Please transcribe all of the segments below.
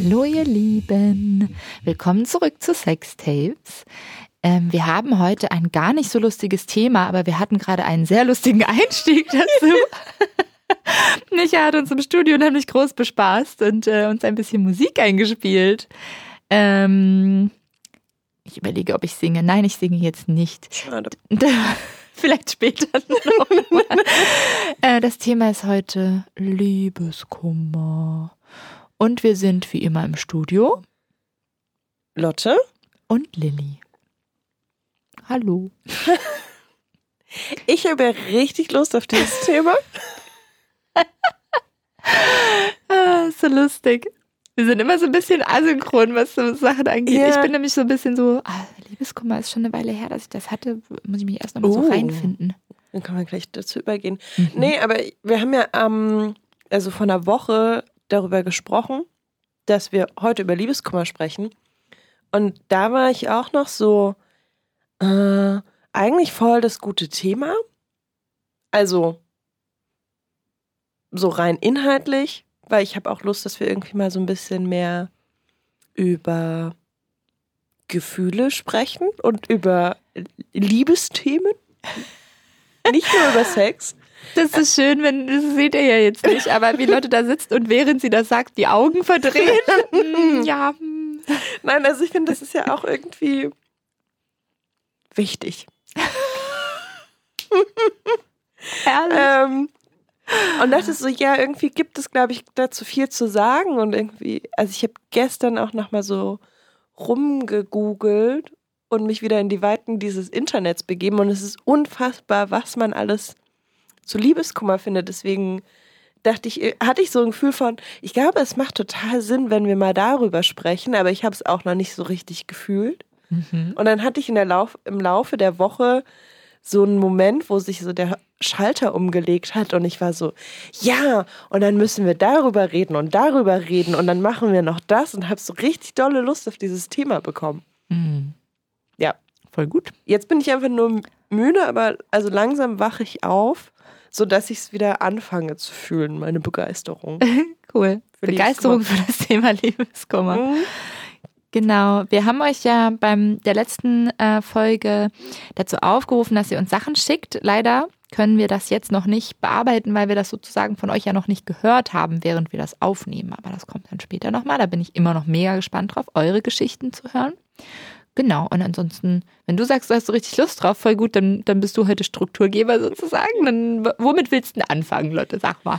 Hallo ihr Lieben, willkommen zurück zu Sextapes. Wir haben heute ein gar nicht so lustiges Thema, aber wir hatten gerade einen sehr lustigen Einstieg dazu. Micha hat uns im Studio nämlich groß bespaßt und uns ein bisschen Musik eingespielt. Ich überlege, ob ich singe. Nein, ich singe jetzt nicht. Schade. Vielleicht später noch. Das Thema ist heute Liebeskummer. Und wir sind wie immer im Studio. Lotte und Lilly. Hallo. Ich habe ja richtig Lust auf dieses Thema. So lustig. Wir sind immer so ein bisschen asynchron, was so Sachen angeht. Ja. Ich bin nämlich so ein bisschen so, Liebeskummer ist schon eine Weile her, dass ich das hatte. Muss ich mich erst nochmal so reinfinden. Dann können wir gleich dazu übergehen. Nee, aber wir haben ja also vor einer Woche darüber gesprochen, dass wir heute über Liebeskummer sprechen. Und da war ich auch noch so, eigentlich voll das gute Thema. Also so rein inhaltlich, weil ich habe auch Lust, dass wir irgendwie mal so ein bisschen mehr über Gefühle sprechen und über Liebesthemen. Nicht nur über Sex. Das ist schön, das seht ihr ja jetzt nicht, aber wie Lotte da sitzt und während sie das sagt, die Augen verdreht. Ja. Nein, also ich finde, das ist ja auch irgendwie wichtig. Herrlich. Und das ist so, ja, irgendwie gibt es, glaube ich, dazu viel zu sagen und irgendwie, also ich habe gestern auch nochmal so rumgegoogelt und mich wieder in die Weiten dieses Internets begeben und es ist unfassbar, was man alles zu Liebeskummer findet. Deswegen hatte ich so ein Gefühl von, ich glaube, es macht total Sinn, wenn wir mal darüber sprechen, aber ich habe es auch noch nicht so richtig gefühlt. Und dann hatte ich im Laufe der Woche so einen Moment, wo sich so der Schalter umgelegt hat und ich war so, ja, und dann müssen wir darüber reden und dann machen wir noch das und habe so richtig dolle Lust auf dieses Thema bekommen. Ja. Voll gut. Jetzt bin ich einfach nur müde, aber also langsam wache ich auf, sodass ich es wieder anfange zu fühlen, meine Begeisterung. Cool. Begeisterung für das Thema Liebeskummer. Genau, wir haben euch ja bei der letzten Folge dazu aufgerufen, dass ihr uns Sachen schickt. Leider können wir das jetzt noch nicht bearbeiten, weil wir das sozusagen von euch ja noch nicht gehört haben, während wir das aufnehmen. Aber das kommt dann später nochmal. Da bin ich immer noch mega gespannt drauf, eure Geschichten zu hören. Genau, und ansonsten, wenn du sagst, du hast so richtig Lust drauf, voll gut, dann bist du heute Strukturgeber sozusagen. Dann womit willst du denn anfangen, Leute? Sag mal.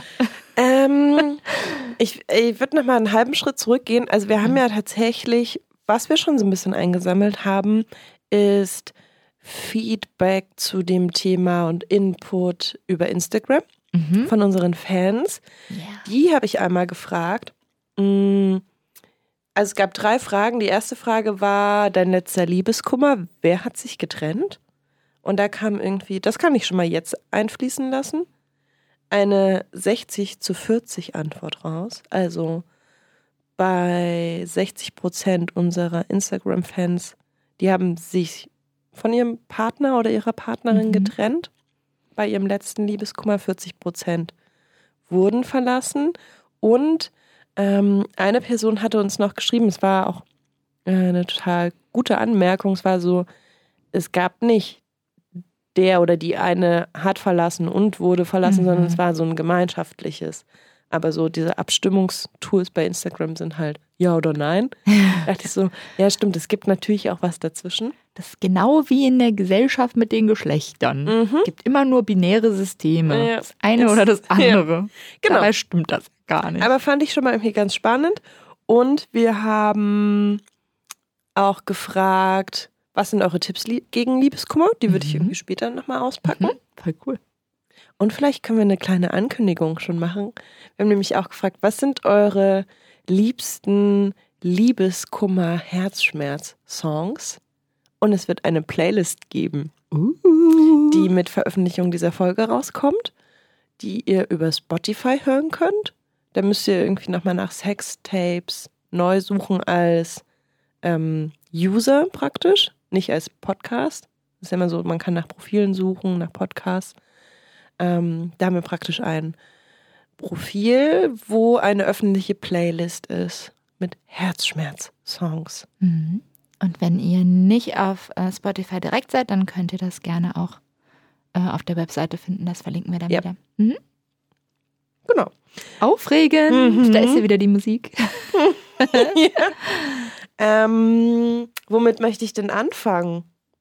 Ich würde noch mal einen halben Schritt zurückgehen. Also wir haben ja tatsächlich, was wir schon so ein bisschen eingesammelt haben, ist Feedback zu dem Thema und Input über Instagram von unseren Fans. Yeah. Die habe ich einmal gefragt. Also es gab 3 Fragen. Die erste Frage war, dein letzter Liebeskummer, wer hat sich getrennt? Und da kam irgendwie, das kann ich schon mal jetzt einfließen lassen, eine 60-40 Antwort raus. Also bei 60% unserer Instagram-Fans, die haben sich von ihrem Partner oder ihrer Partnerin getrennt. Bei ihrem letzten Liebeskummer 40% wurden verlassen. Und eine Person hatte uns noch geschrieben, es war auch eine total gute Anmerkung, es war so, es gab nicht der oder die eine hat verlassen und wurde verlassen, sondern es war so ein gemeinschaftliches. Aber so diese Abstimmungstools bei Instagram sind halt ja oder nein. Da dachte ich so, ja stimmt, es gibt natürlich auch was dazwischen. Das ist genau wie in der Gesellschaft mit den Geschlechtern. Es gibt immer nur binäre Systeme. Ja. Das eine oder das andere. Ja. Genau. Dabei stimmt das gar nicht. Aber fand ich schon mal irgendwie ganz spannend. Und wir haben auch gefragt, was sind eure Tipps gegen Liebeskummer? Die würde ich irgendwie später nochmal auspacken. Voll cool. Und vielleicht können wir eine kleine Ankündigung schon machen. Wir haben nämlich auch gefragt, was sind eure liebsten Liebeskummer-Herzschmerz-Songs? Und es wird eine Playlist geben, die mit Veröffentlichung dieser Folge rauskommt, die ihr über Spotify hören könnt. Da müsst ihr irgendwie nochmal nach Sextapes neu suchen als User praktisch, nicht als Podcast. Das ist ja immer so, man kann nach Profilen suchen, nach Podcasts. Da haben wir praktisch ein Profil, wo eine öffentliche Playlist ist. mit Herzschmerz-Songs. Mhm. Und wenn ihr nicht auf Spotify direkt seid, dann könnt ihr das gerne auch auf der Webseite finden. Das verlinken wir dann wieder. Mhm. Genau. Aufregend. Da ist ja wieder die Musik. Ja. Womit möchte ich denn anfangen?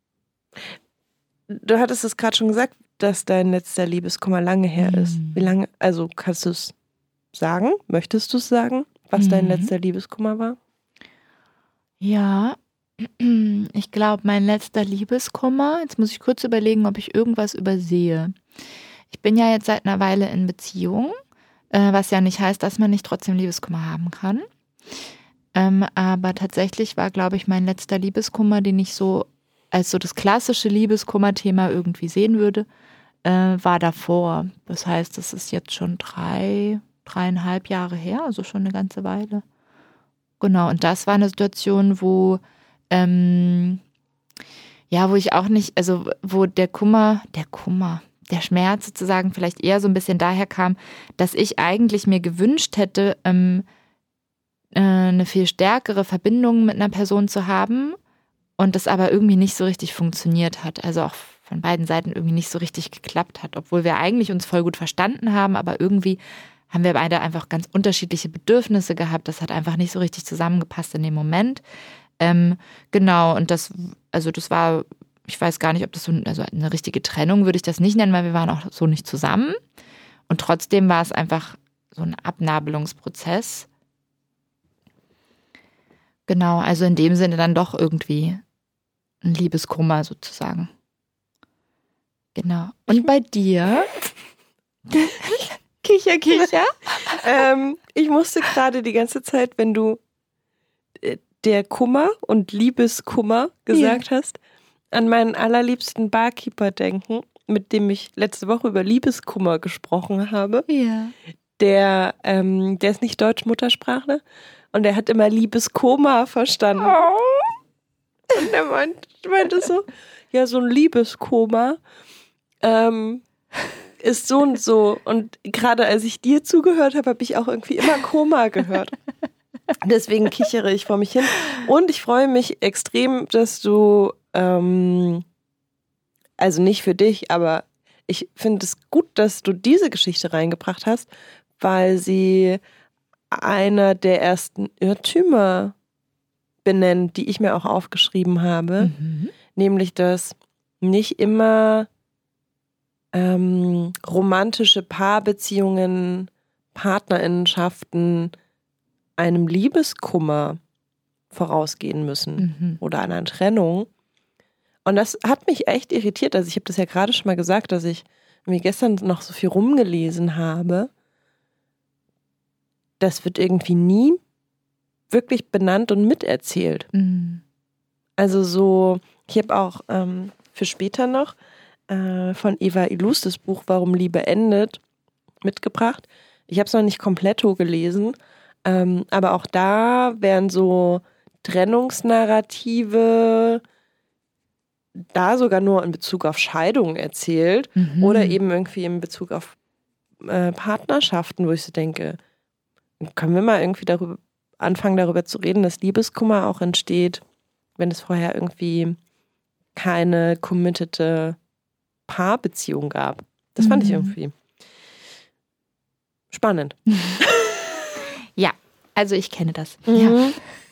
Du hattest es gerade schon gesagt, dass dein letzter Liebeskummer lange her ist. Wie lange? Also kannst du es sagen? Möchtest du es sagen, was dein letzter Liebeskummer war? Ja, ich glaube, mein letzter Liebeskummer, jetzt muss ich kurz überlegen, ob ich irgendwas übersehe. Ich bin ja jetzt seit einer Weile in Beziehung, was ja nicht heißt, dass man nicht trotzdem Liebeskummer haben kann. Aber tatsächlich war, glaube ich, mein letzter Liebeskummer, den ich so als so das klassische Liebeskummer-Thema irgendwie sehen würde, war davor. Das heißt, das ist jetzt schon 3,5 Jahre her, also schon eine ganze Weile. Genau, und das war eine Situation, wo ich auch nicht, also wo der Schmerz sozusagen vielleicht eher so ein bisschen daher kam, dass ich eigentlich mir gewünscht hätte, eine viel stärkere Verbindung mit einer Person zu haben und das aber irgendwie nicht so richtig funktioniert hat. Also auch von beiden Seiten irgendwie nicht so richtig geklappt hat, obwohl wir eigentlich uns voll gut verstanden haben, aber irgendwie haben wir beide einfach ganz unterschiedliche Bedürfnisse gehabt. Das hat einfach nicht so richtig zusammengepasst in dem Moment. Genau, und das war, ich weiß gar nicht, ob das so also eine richtige Trennung würde ich das nicht nennen, weil wir waren auch so nicht zusammen. Und trotzdem war es einfach so ein Abnabelungsprozess. Genau, also in dem Sinne dann doch irgendwie ein Liebeskummer sozusagen. Genau. Und bei dir? Kicher. Ich musste gerade die ganze Zeit, wenn du der Kummer und Liebeskummer gesagt hast, an meinen allerliebsten Barkeeper denken, mit dem ich letzte Woche über Liebeskummer gesprochen habe. Ja. Der ist nicht Deutsch-Muttersprachler und der hat immer Liebeskoma verstanden. Oh. Und er meinte so, ja, so ein Liebeskoma ist so und so. Und gerade als ich dir zugehört habe, habe ich auch irgendwie immer Koma gehört. Deswegen kichere ich vor mich hin. Und ich freue mich extrem, dass du, also nicht für dich, aber ich finde es gut, dass du diese Geschichte reingebracht hast, weil sie einer der ersten Irrtümer benennt, die ich mir auch aufgeschrieben habe. Nämlich, dass nicht immer romantische Paarbeziehungen, Partnerinnenschaften einem Liebeskummer vorausgehen müssen oder einer Trennung. Und das hat mich echt irritiert. Also ich habe das ja gerade schon mal gesagt, dass ich mir gestern noch so viel rumgelesen habe. Das wird irgendwie nie wirklich benannt und miterzählt. Also so, ich habe auch für später noch von Eva Illouz das Buch Warum Liebe endet mitgebracht. Ich habe es noch nicht komplett gelesen, aber auch da werden so Trennungsnarrative da sogar nur in Bezug auf Scheidungen erzählt oder eben irgendwie in Bezug auf Partnerschaften, wo ich so denke, können wir mal irgendwie anfangen darüber zu reden, dass Liebeskummer auch entsteht, wenn es vorher irgendwie keine committete Paarbeziehung gab. Das fand ich irgendwie spannend. Ja, also ich kenne das. Ja.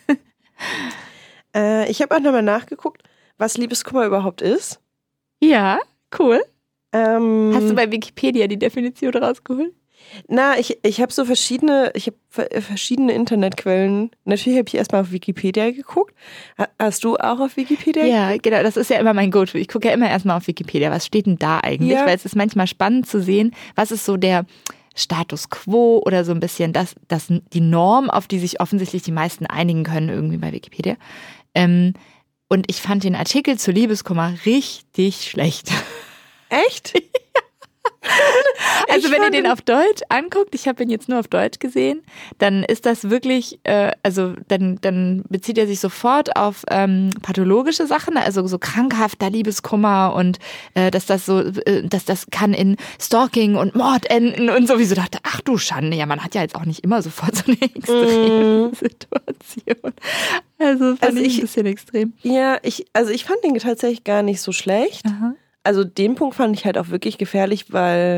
Ich habe auch nochmal nachgeguckt, was Liebeskummer überhaupt ist. Ja, cool. Hast du bei Wikipedia die Definition rausgeholt? Na, ich habe so verschiedene Internetquellen. Natürlich habe ich erstmal auf Wikipedia geguckt. Hast du auch auf Wikipedia geguckt? Ja, genau, das ist ja immer mein Go-To. Ich gucke ja immer erstmal auf Wikipedia. Was steht denn da eigentlich? Ja. Weil es ist manchmal spannend zu sehen, was ist so der Status quo oder so ein bisschen das die Norm, auf die sich offensichtlich die meisten einigen können irgendwie bei Wikipedia. Und ich fand den Artikel zu Liebeskummer richtig schlecht. Echt? Also wenn ihr den auf Deutsch anguckt, ich habe ihn jetzt nur auf Deutsch gesehen, dann ist das wirklich, dann bezieht er sich sofort auf pathologische Sachen, also so krankhafter Liebeskummer und dass das kann in Stalking und Mord enden und sowieso dachte, ach du Schande, ja, man hat ja jetzt auch nicht immer sofort so eine extreme Situation. Also fand ich ein bisschen extrem. Ja, ich fand den tatsächlich gar nicht so schlecht. Aha. Also den Punkt fand ich halt auch wirklich gefährlich, weil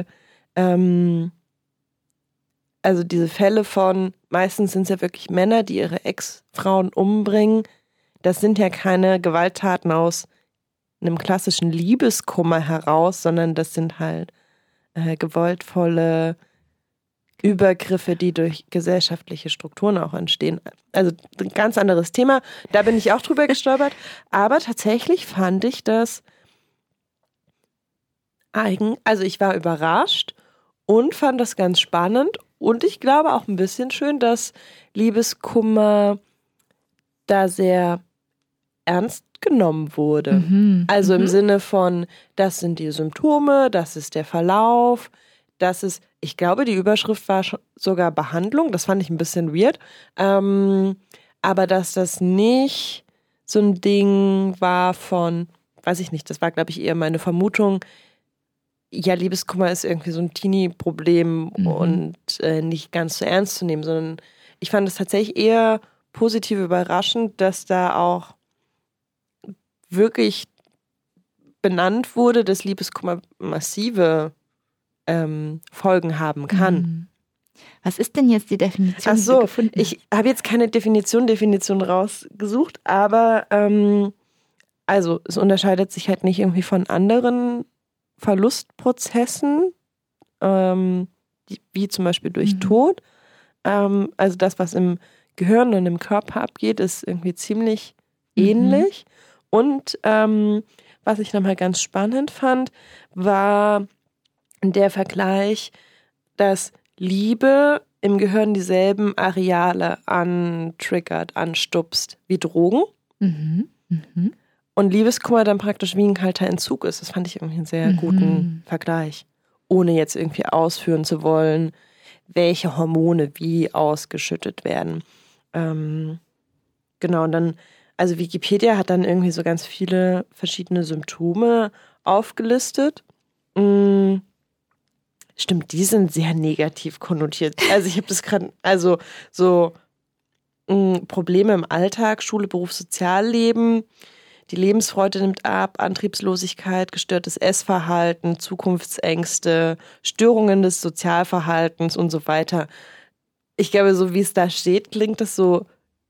also diese Fälle von, meistens sind es ja wirklich Männer, die ihre Ex-Frauen umbringen, das sind ja keine Gewalttaten aus einem klassischen Liebeskummer heraus, sondern das sind halt gewaltvolle Übergriffe, die durch gesellschaftliche Strukturen auch entstehen. Also ein ganz anderes Thema. Da bin ich auch drüber gestolpert. Aber tatsächlich fand ich das also ich war überrascht und fand das ganz spannend. Und ich glaube auch ein bisschen schön, dass Liebeskummer da sehr ernst genommen wurde. Also im Sinne von, das sind die Symptome, das ist der Verlauf, das ist, ich glaube, die Überschrift war sogar Behandlung, das fand ich ein bisschen weird, aber dass das nicht so ein Ding war von, weiß ich nicht, das war, glaube ich, eher meine Vermutung, ja, Liebeskummer ist irgendwie so ein Teenie-Problem und nicht ganz so ernst zu nehmen, sondern ich fand es tatsächlich eher positiv überraschend, dass da auch wirklich benannt wurde, dass Liebeskummer massive Folgen haben kann. Was ist denn jetzt die Definition, die du gefunden hast? Ich habe jetzt keine Definition rausgesucht, aber also es unterscheidet sich halt nicht irgendwie von anderen Verlustprozessen, wie zum Beispiel durch Tod. Also das, was im Gehirn und im Körper abgeht, ist irgendwie ziemlich ähnlich. Und was ich nochmal ganz spannend fand, war der Vergleich, dass Liebe im Gehirn dieselben Areale anstupst wie Drogen. Und Liebeskummer dann praktisch wie ein kalter Entzug ist. Das fand ich irgendwie einen sehr guten Vergleich. Ohne jetzt irgendwie ausführen zu wollen, welche Hormone wie ausgeschüttet werden. Genau, und dann, also Wikipedia hat dann irgendwie so ganz viele verschiedene Symptome aufgelistet. Stimmt, die sind sehr negativ konnotiert. Also ich habe das gerade, also so Probleme im Alltag, Schule, Beruf, Sozialleben, die Lebensfreude nimmt ab, Antriebslosigkeit, gestörtes Essverhalten, Zukunftsängste, Störungen des Sozialverhaltens und so weiter. Ich glaube, so wie es da steht, klingt das so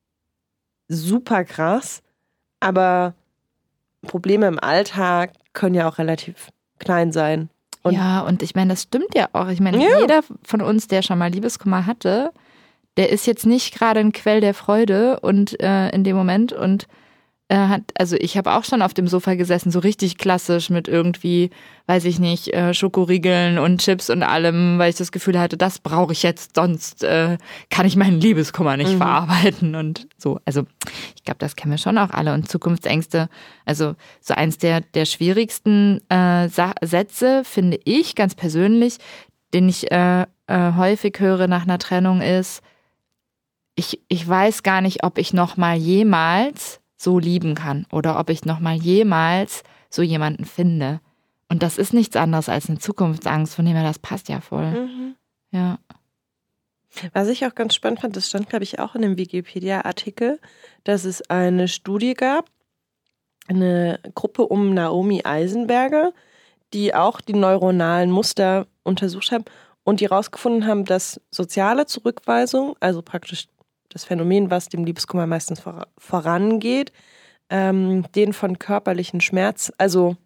super krass, aber Probleme im Alltag können ja auch relativ klein sein. Und ich meine, das stimmt ja auch. Ich meine, jeder von uns, der schon mal Liebeskummer hatte, der ist jetzt nicht gerade ein Quell der Freude und in dem Moment und also ich habe auch schon auf dem Sofa gesessen, so richtig klassisch mit irgendwie, weiß ich nicht, Schokoriegeln und Chips und allem, weil ich das Gefühl hatte, das brauche ich jetzt, sonst kann ich meinen Liebeskummer nicht verarbeiten und so. Also ich glaube, das kennen wir schon auch alle. Und Zukunftsängste, also so eins der schwierigsten Sätze, finde ich ganz persönlich, den ich häufig höre nach einer Trennung ist, ich weiß gar nicht, ob ich noch mal jemals so lieben kann oder ob ich nochmal jemals so jemanden finde. Und das ist nichts anderes als eine Zukunftsangst, von dem her, das passt ja voll. Ja. Was ich auch ganz spannend fand, das stand, glaube ich, auch in dem Wikipedia-Artikel, dass es eine Studie gab, eine Gruppe um Naomi Eisenberger, die auch die neuronalen Muster untersucht haben und die herausgefunden haben, dass soziale Zurückweisung, also praktisch das Phänomen, was dem Liebeskummer meistens vorangeht, den von körperlichen Schmerz, also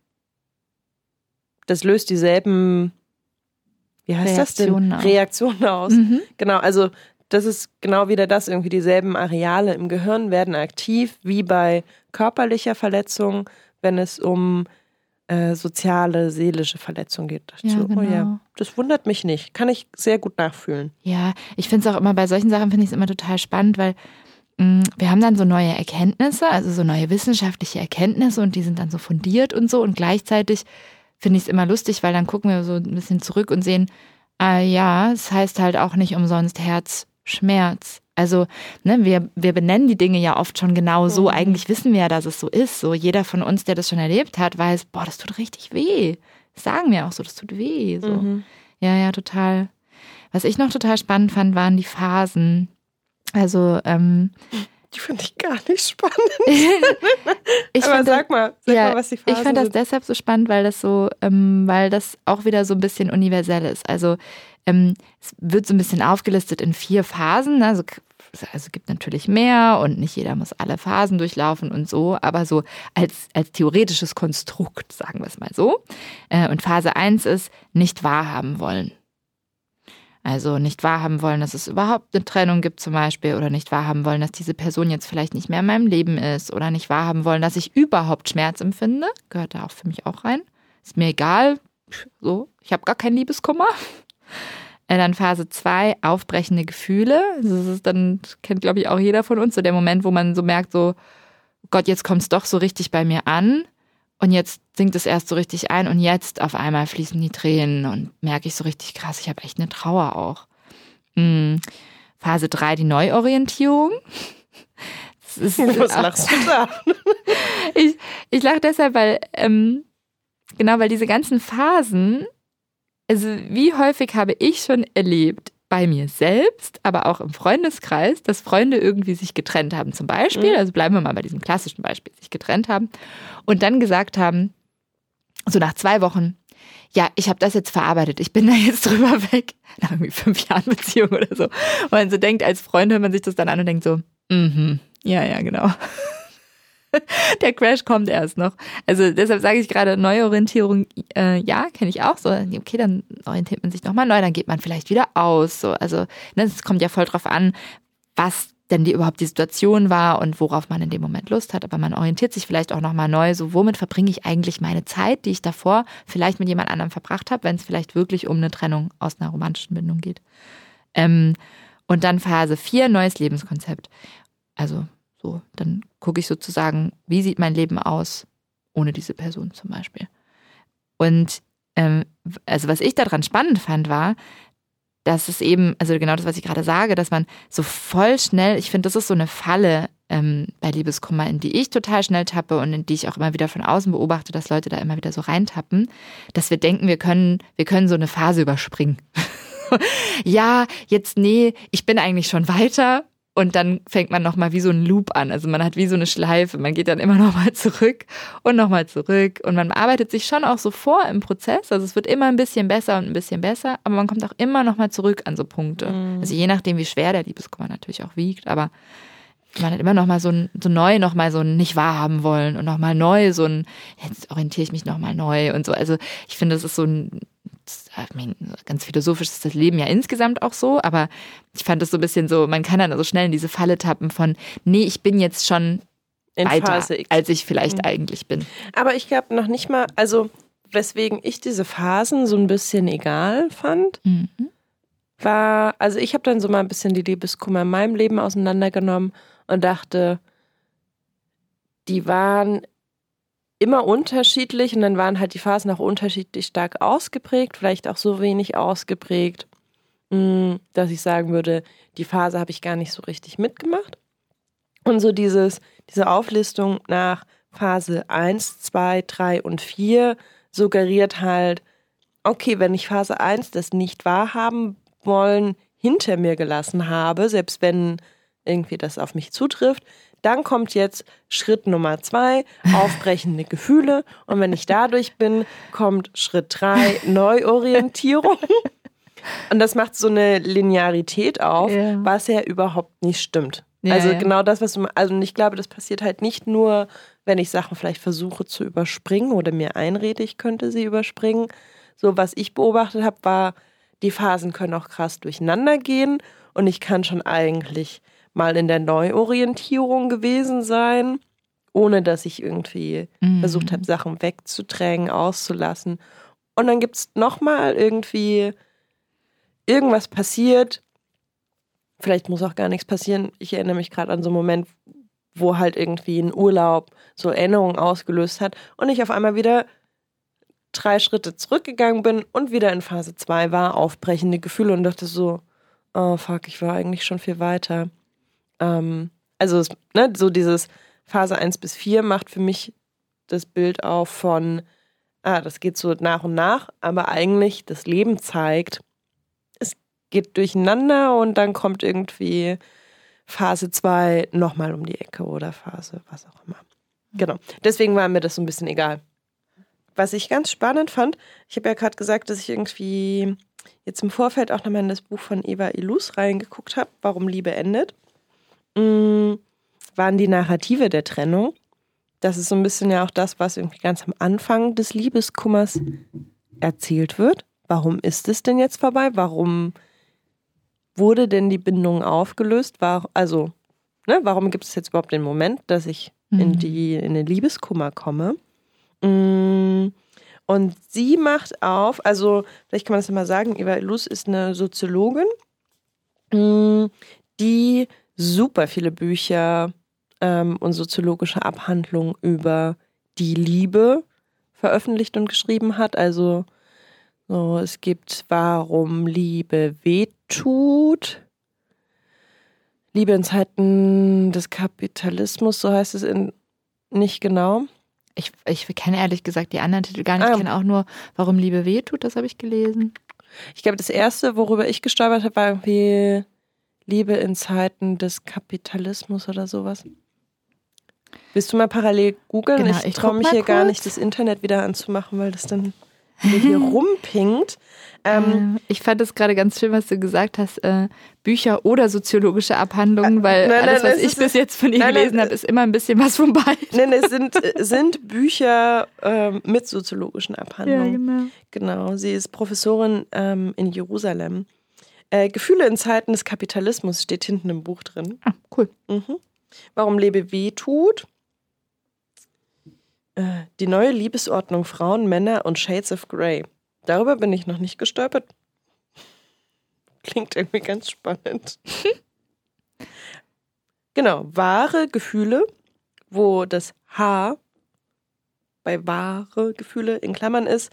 das löst dieselben, wie heißt Reaktionen das denn? Reaktionen aus. Genau, also das ist genau wieder das, irgendwie dieselben Areale im Gehirn werden aktiv, wie bei körperlicher Verletzung, wenn es um soziale, seelische Verletzung geht. Ja, so, genau. Oh ja, das wundert mich nicht. Kann ich sehr gut nachfühlen. Ja, ich finde es auch immer, bei solchen Sachen finde ich es immer total spannend, weil wir haben dann so neue Erkenntnisse, also so neue wissenschaftliche Erkenntnisse und die sind dann so fundiert und so und gleichzeitig finde ich es immer lustig, weil dann gucken wir so ein bisschen zurück und sehen, Ja, es heißt halt auch nicht umsonst Herzschmerz. Also, ne, wir benennen die Dinge ja oft schon genau so. Eigentlich wissen wir ja, dass es so ist. So, jeder von uns, der das schon erlebt hat, weiß, boah, das tut richtig weh. Das sagen wir auch so, das tut weh. So. Ja, total. Was ich noch total spannend fand, waren die Phasen. Also, die finde ich gar nicht spannend. Aber sag mal, was die Phasen sind. Ich fand das deshalb so spannend, weil das auch wieder so ein bisschen universell ist. Also es wird so ein bisschen aufgelistet in 4 Phasen. Also gibt natürlich mehr und nicht jeder muss alle Phasen durchlaufen und so, aber so als theoretisches Konstrukt, sagen wir es mal so. Und Phase 1 ist nicht wahrhaben wollen. Also nicht wahrhaben wollen, dass es überhaupt eine Trennung gibt zum Beispiel oder nicht wahrhaben wollen, dass diese Person jetzt vielleicht nicht mehr in meinem Leben ist oder nicht wahrhaben wollen, dass ich überhaupt Schmerz empfinde. Gehört da auch für mich auch rein. Ist mir egal. So, ich habe gar keinen Liebeskummer. Dann Phase 2, aufbrechende Gefühle. Das ist dann, kennt glaube ich auch jeder von uns, so der Moment, wo man so merkt, so Gott, jetzt kommt es doch so richtig bei mir an. Und jetzt sinkt es erst so richtig ein und jetzt auf einmal fließen die Tränen und merke ich so richtig krass, ich habe echt eine Trauer auch. Phase 3, die Neuorientierung. Was lachst du da? Ich lache deshalb, weil diese ganzen Phasen, also wie häufig habe ich schon erlebt, bei mir selbst, aber auch im Freundeskreis, dass Freunde irgendwie sich getrennt haben zum Beispiel, also bleiben wir mal bei diesem klassischen Beispiel, sich getrennt haben und dann gesagt haben, so nach 2 Wochen, ja, ich habe das jetzt verarbeitet, ich bin da jetzt drüber weg, nach irgendwie 5 Jahren Beziehung oder so. Und man so denkt, als Freund hört man sich das dann an und denkt so, ja, genau. Der Crash kommt erst noch. Also deshalb sage ich gerade, Neuorientierung, ja, kenne ich auch. So, okay, dann orientiert man sich nochmal neu, dann geht man vielleicht wieder aus. So, also es kommt ja voll drauf an, was denn überhaupt die Situation war und worauf man in dem Moment Lust hat. Aber man orientiert sich vielleicht auch nochmal neu. So, womit verbringe ich eigentlich meine Zeit, die ich davor vielleicht mit jemand anderem verbracht habe, wenn es vielleicht wirklich um eine Trennung aus einer romantischen Bindung geht. Und dann Phase 4, neues Lebenskonzept. Also so, dann gucke ich sozusagen, wie sieht mein Leben aus ohne diese Person zum Beispiel. Und also was ich daran spannend fand, war, dass es eben, also genau das, was ich gerade sage, dass man so voll schnell, ich finde, das ist so eine Falle bei Liebeskummer, in die ich total schnell tappe und in die ich auch immer wieder von außen beobachte, dass Leute da immer wieder so reintappen, dass wir denken, wir können so eine Phase überspringen. Ja, jetzt nee, ich bin eigentlich schon weiter. Und dann fängt man nochmal wie so ein Loop an. Also man hat wie so eine Schleife. Man geht dann immer nochmal zurück und nochmal zurück. Und man arbeitet sich schon auch so vor im Prozess. Also es wird immer ein bisschen besser und ein bisschen besser. Aber man kommt auch immer nochmal zurück an so Punkte. Also je nachdem, wie schwer der Liebeskummer natürlich auch wiegt. Aber man hat immer nochmal so neu nochmal so ein nicht wahrhaben wollen. Und nochmal neu so ein, jetzt orientiere ich mich nochmal neu und so. Also ich finde, das ist so ein, ganz philosophisch ist das Leben ja insgesamt auch so, aber ich fand es so ein bisschen so, man kann dann so schnell in diese Falle tappen von, nee, ich bin jetzt schon in weiter, Phase X, als ich vielleicht eigentlich bin. Aber ich glaube noch nicht mal, also weswegen ich diese Phasen so ein bisschen egal fand, war, also ich habe dann so mal ein bisschen die Liebeskummer in meinem Leben auseinandergenommen und dachte, die waren immer unterschiedlich und dann waren halt die Phasen auch unterschiedlich stark ausgeprägt, vielleicht auch so wenig ausgeprägt, dass ich sagen würde, die Phase habe ich gar nicht so richtig mitgemacht. Und so diese Auflistung nach Phase 1, 2, 3 und 4 suggeriert halt, okay, wenn ich Phase 1 das nicht wahrhaben wollen hinter mir gelassen habe, selbst wenn irgendwie das auf mich zutrifft, dann kommt jetzt Schritt Nummer 2, aufbrechende Gefühle. Und wenn ich dadurch bin, kommt Schritt 3, Neuorientierung. Und das macht so eine Linearität auf, was ja überhaupt nicht stimmt. Ja, also genau das, was und ich glaube, das passiert halt nicht nur, wenn ich Sachen vielleicht versuche zu überspringen oder mir einrede, ich könnte sie überspringen. So, was ich beobachtet habe, war, die Phasen können auch krass durcheinander gehen und ich kann schon eigentlich mal in der Neuorientierung gewesen sein, ohne dass ich irgendwie versucht habe, Sachen wegzudrängen, auszulassen. Und dann gibt es nochmal irgendwie irgendwas passiert. Vielleicht muss auch gar nichts passieren. Ich erinnere mich gerade an so einen Moment, wo halt irgendwie ein Urlaub so Erinnerungen ausgelöst hat und ich auf einmal wieder 3 Schritte zurückgegangen bin und wieder in Phase 2 war, aufbrechende Gefühle und dachte so, oh fuck, ich war eigentlich schon viel weiter. So dieses Phase 1 bis 4 macht für mich das Bild auf von, das geht so nach und nach, aber eigentlich das Leben zeigt, es geht durcheinander und dann kommt irgendwie Phase 2 nochmal um die Ecke oder Phase, was auch immer. Genau, deswegen war mir das so ein bisschen egal. Was ich ganz spannend fand, ich habe ja gerade gesagt, dass ich irgendwie jetzt im Vorfeld auch nochmal in das Buch von Eva Illouz reingeguckt habe, Warum Liebe endet, waren die Narrative der Trennung. Das ist so ein bisschen ja auch das, was irgendwie ganz am Anfang des Liebeskummers erzählt wird. Warum ist es denn jetzt vorbei? Warum wurde denn die Bindung aufgelöst? Warum gibt es jetzt überhaupt den Moment, dass ich in den Liebeskummer komme? Und sie macht auf, also vielleicht kann man das ja mal sagen, Eva Illouz ist eine Soziologin, die super viele Bücher und soziologische Abhandlungen über die Liebe veröffentlicht und geschrieben hat. Also so, es gibt Warum Liebe wehtut, Liebe in Zeiten des Kapitalismus, so heißt es nicht genau. Ich kenne ehrlich gesagt die anderen Titel gar nicht. Ich kenne auch nur Warum Liebe wehtut, das habe ich gelesen. Ich glaube, das erste, worüber ich gestolpert habe, war irgendwie Liebe in Zeiten des Kapitalismus oder sowas. Willst du mal parallel googeln? Genau, ich traue mich hier gar nicht, das Internet wieder anzumachen, weil das dann wieder hier rumpingt. Ich fand es gerade ganz schön, was du gesagt hast, Bücher oder soziologische Abhandlungen, weil alles, was ich bis jetzt von ihr gelesen habe, ist immer ein bisschen was von beiden. Nein, es sind Bücher mit soziologischen Abhandlungen. Ja, Genau, sie ist Professorin in Jerusalem. Gefühle in Zeiten des Kapitalismus steht hinten im Buch drin. Ah, cool. Warum Liebe wehtut. Die neue Liebesordnung Frauen, Männer und Shades of Grey. Darüber bin ich noch nicht gestolpert. Klingt irgendwie ganz spannend. Genau, wahre Gefühle, wo das H bei wahre Gefühle in Klammern ist,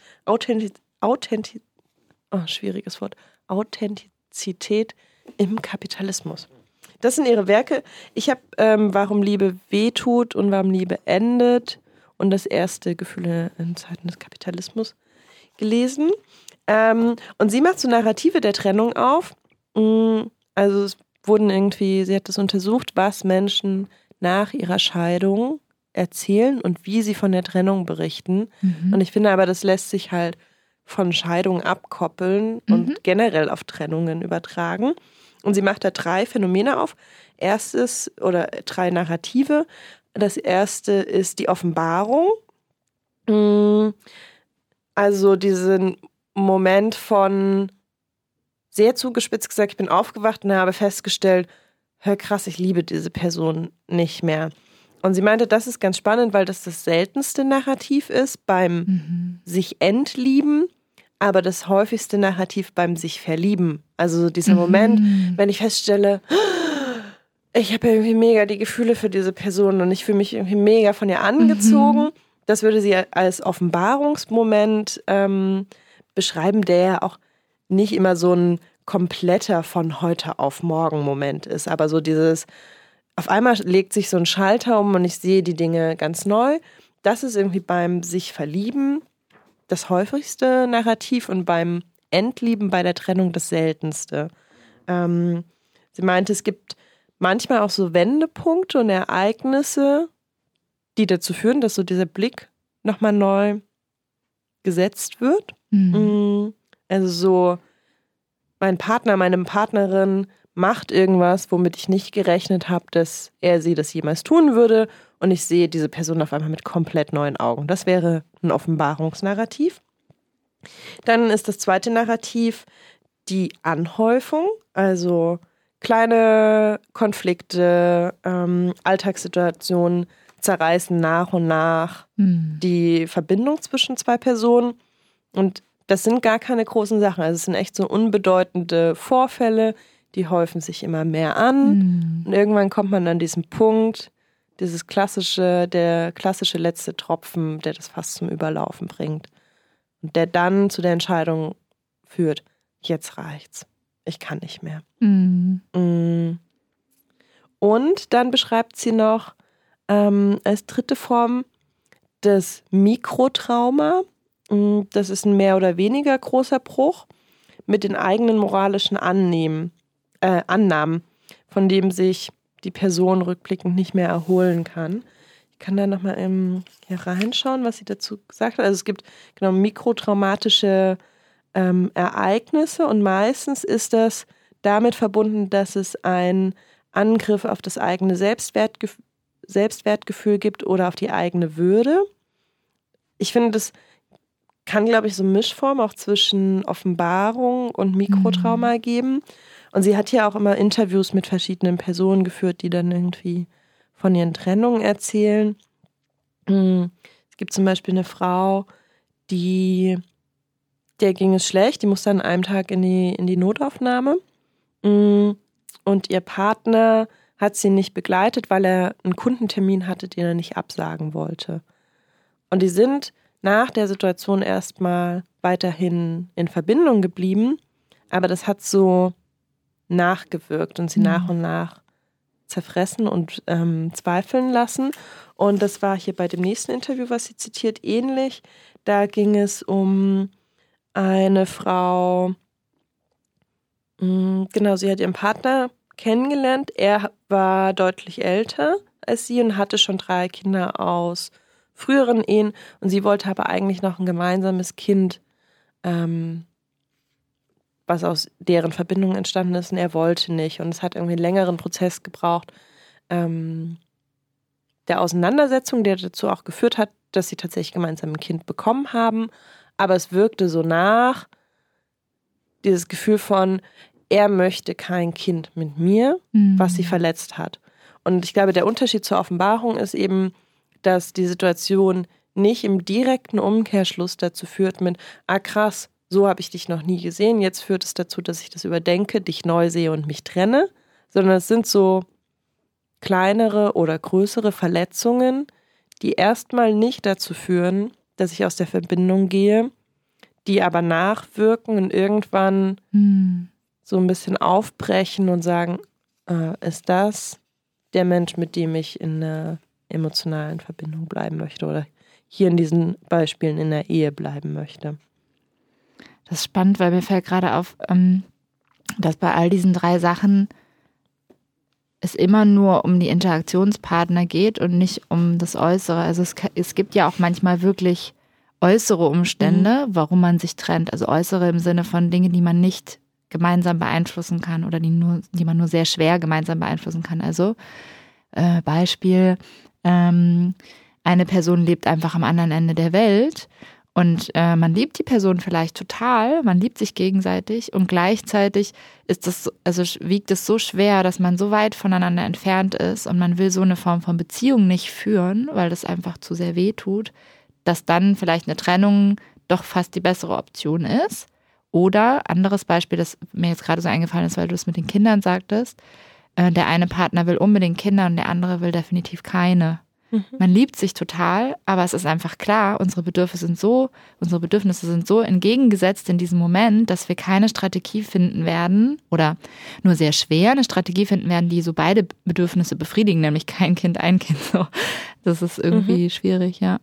schwieriges Wort, Authentizität im Kapitalismus. Das sind ihre Werke. Ich habe Warum Liebe wehtut und Warum Liebe endet und das erste Gefühle in Zeiten des Kapitalismus gelesen. Und sie macht so Narrative der Trennung auf. Also es wurden sie hat das untersucht, was Menschen nach ihrer Scheidung erzählen und wie sie von der Trennung berichten. Und ich finde aber, das lässt sich halt von Scheidung abkoppeln und generell auf Trennungen übertragen. Und sie macht da 3 Phänomene auf. 3 Narrative. Das erste ist die Offenbarung. Also diesen Moment von, sehr zugespitzt gesagt, ich bin aufgewacht und habe festgestellt, hör krass, ich liebe diese Person nicht mehr. Und sie meinte, das ist ganz spannend, weil das seltenste Narrativ ist beim sich entlieben, aber das häufigste Narrativ beim sich verlieben. Also dieser Moment, wenn ich feststelle, ich habe irgendwie mega die Gefühle für diese Person und ich fühle mich irgendwie mega von ihr angezogen. Das würde sie als Offenbarungsmoment beschreiben, der ja auch nicht immer so ein kompletter von heute auf morgen Moment ist. Aber so dieses, auf einmal legt sich so ein Schalter um und ich sehe die Dinge ganz neu. Das ist irgendwie beim sich verlieben das häufigste Narrativ und beim Entlieben, bei der Trennung das seltenste. Sie meinte, es gibt manchmal auch so Wendepunkte und Ereignisse, die dazu führen, dass so dieser Blick nochmal neu gesetzt wird. Also so, mein Partner, meine Partnerin macht irgendwas, womit ich nicht gerechnet habe, dass sie das jemals tun würde und ich sehe diese Person auf einmal mit komplett neuen Augen. Das wäre ein Offenbarungsnarrativ. Dann ist das zweite Narrativ die Anhäufung, also kleine Konflikte, Alltagssituationen zerreißen nach und nach die Verbindung zwischen 2 Personen und das sind gar keine großen Sachen, also es sind echt so unbedeutende Vorfälle, die häufen sich immer mehr an und irgendwann kommt man an diesen Punkt, der klassische letzte Tropfen, der das fast zum Überlaufen bringt. und der dann zu der Entscheidung führt, jetzt reicht's, ich kann nicht mehr. Und dann beschreibt sie noch als dritte Form das Mikrotrauma. Das ist ein mehr oder weniger großer Bruch mit den eigenen moralischen Annahmen, von dem sich die Person rückblickend nicht mehr erholen kann. Ich kann da nochmal hier reinschauen, was sie dazu gesagt hat. Also es gibt genau mikrotraumatische Ereignisse und meistens ist das damit verbunden, dass es einen Angriff auf das eigene Selbstwertgefühl gibt oder auf die eigene Würde. Ich finde, das kann, glaube ich, so eine Mischform auch zwischen Offenbarung und Mikrotrauma geben. Und sie hat ja auch immer Interviews mit verschiedenen Personen geführt, die dann irgendwie von ihren Trennungen erzählen. Es gibt zum Beispiel eine Frau, der ging es schlecht, die musste an einem Tag in die Notaufnahme. Und ihr Partner hat sie nicht begleitet, weil er einen Kundentermin hatte, den er nicht absagen wollte. Und die sind nach der Situation erstmal weiterhin in Verbindung geblieben, aber das hat so nachgewirkt und sie nach und nach zerfressen und zweifeln lassen. Und das war hier bei dem nächsten Interview, was sie zitiert, ähnlich. Da ging es um eine Frau, genau, sie hat ihren Partner kennengelernt. Er war deutlich älter als sie und hatte schon 3 Kinder aus früheren Ehen. Und sie wollte aber eigentlich noch ein gemeinsames Kind, was aus deren Verbindung entstanden ist. Und er wollte nicht. Und es hat irgendwie einen längeren Prozess gebraucht, der Auseinandersetzung, der dazu auch geführt hat, dass sie tatsächlich gemeinsam ein Kind bekommen haben. Aber es wirkte so nach, dieses Gefühl von, er möchte kein Kind mit mir, was sie verletzt hat. Und ich glaube, der Unterschied zur Offenbarung ist eben, dass die Situation nicht im direkten Umkehrschluss dazu führt mit, krass, so habe ich dich noch nie gesehen, jetzt führt es dazu, dass ich das überdenke, dich neu sehe und mich trenne, sondern es sind so kleinere oder größere Verletzungen, die erstmal nicht dazu führen, dass ich aus der Verbindung gehe, die aber nachwirken und irgendwann so ein bisschen aufbrechen und sagen, ist das der Mensch, mit dem ich in einer emotionalen Verbindung bleiben möchte oder hier in diesen Beispielen in der Ehe bleiben möchte. Das ist spannend, weil mir fällt gerade auf, dass bei all diesen 3 Sachen es immer nur um die Interaktionspartner geht und nicht um das Äußere. Also es gibt ja auch manchmal wirklich äußere Umstände, warum man sich trennt. Also äußere im Sinne von Dingen, die man nicht gemeinsam beeinflussen kann oder die man nur sehr schwer gemeinsam beeinflussen kann. Also Beispiel, eine Person lebt einfach am anderen Ende der Welt und man liebt die Person vielleicht total, man liebt sich gegenseitig und gleichzeitig wiegt es so schwer, dass man so weit voneinander entfernt ist und man will so eine Form von Beziehung nicht führen, weil das einfach zu sehr weh tut, dass dann vielleicht eine Trennung doch fast die bessere Option ist. Oder anderes Beispiel, das mir jetzt gerade so eingefallen ist, weil du es mit den Kindern sagtest, der eine Partner will unbedingt Kinder und der andere will definitiv keine. Man liebt sich total, aber es ist einfach klar, unsere Bedürfnisse sind so entgegengesetzt in diesem Moment, dass wir keine Strategie finden werden oder nur sehr schwer eine Strategie finden werden, die so beide Bedürfnisse befriedigen, nämlich kein Kind, ein Kind. So. Das ist irgendwie schwierig, ja.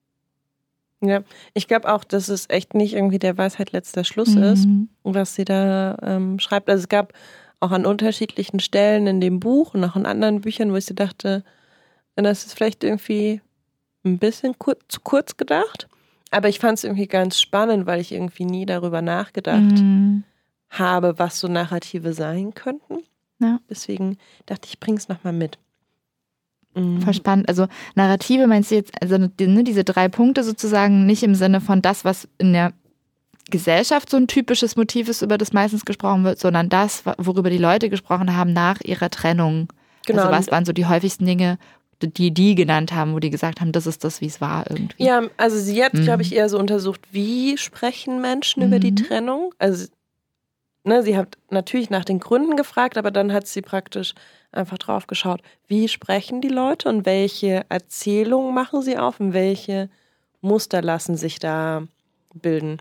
Ja, ich glaube auch, dass es echt nicht irgendwie der Weisheit letzter Schluss ist, was sie da schreibt. Also es gab auch an unterschiedlichen Stellen in dem Buch und auch in anderen Büchern, wo ich so dachte, das ist vielleicht irgendwie ein bisschen zu kurz gedacht. Aber ich fand es irgendwie ganz spannend, weil ich irgendwie nie darüber nachgedacht habe, was so Narrative sein könnten. Ja. Deswegen dachte ich bring's nochmal mit. Voll spannend. Also Narrative meinst du jetzt, also diese 3 Punkte sozusagen nicht im Sinne von das, was in der Gesellschaft so ein typisches Motiv ist, über das meistens gesprochen wird, sondern das, worüber die Leute gesprochen haben nach ihrer Trennung. Genau. Also was waren so die häufigsten Dinge, die genannt haben, wo die gesagt haben, das ist das, wie es war irgendwie. Ja, also sie hat, glaube ich, eher so untersucht, wie sprechen Menschen über die Trennung. Also sie hat natürlich nach den Gründen gefragt, aber dann hat sie praktisch einfach drauf geschaut, wie sprechen die Leute und welche Erzählungen machen sie auf und welche Muster lassen sich da bilden.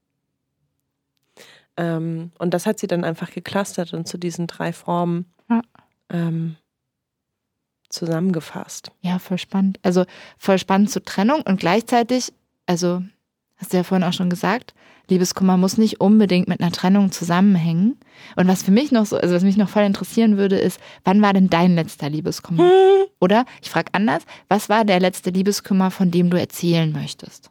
Und das hat sie dann einfach geclustert und zu diesen 3 Formen zusammengefasst. Ja, voll spannend. Also voll spannend zur Trennung und gleichzeitig, also hast du ja vorhin auch schon gesagt, Liebeskummer muss nicht unbedingt mit einer Trennung zusammenhängen. Und was für mich noch so, also was mich noch voll interessieren würde, ist, wann war denn dein letzter Liebeskummer? Oder, ich frage anders, was war der letzte Liebeskummer, von dem du erzählen möchtest?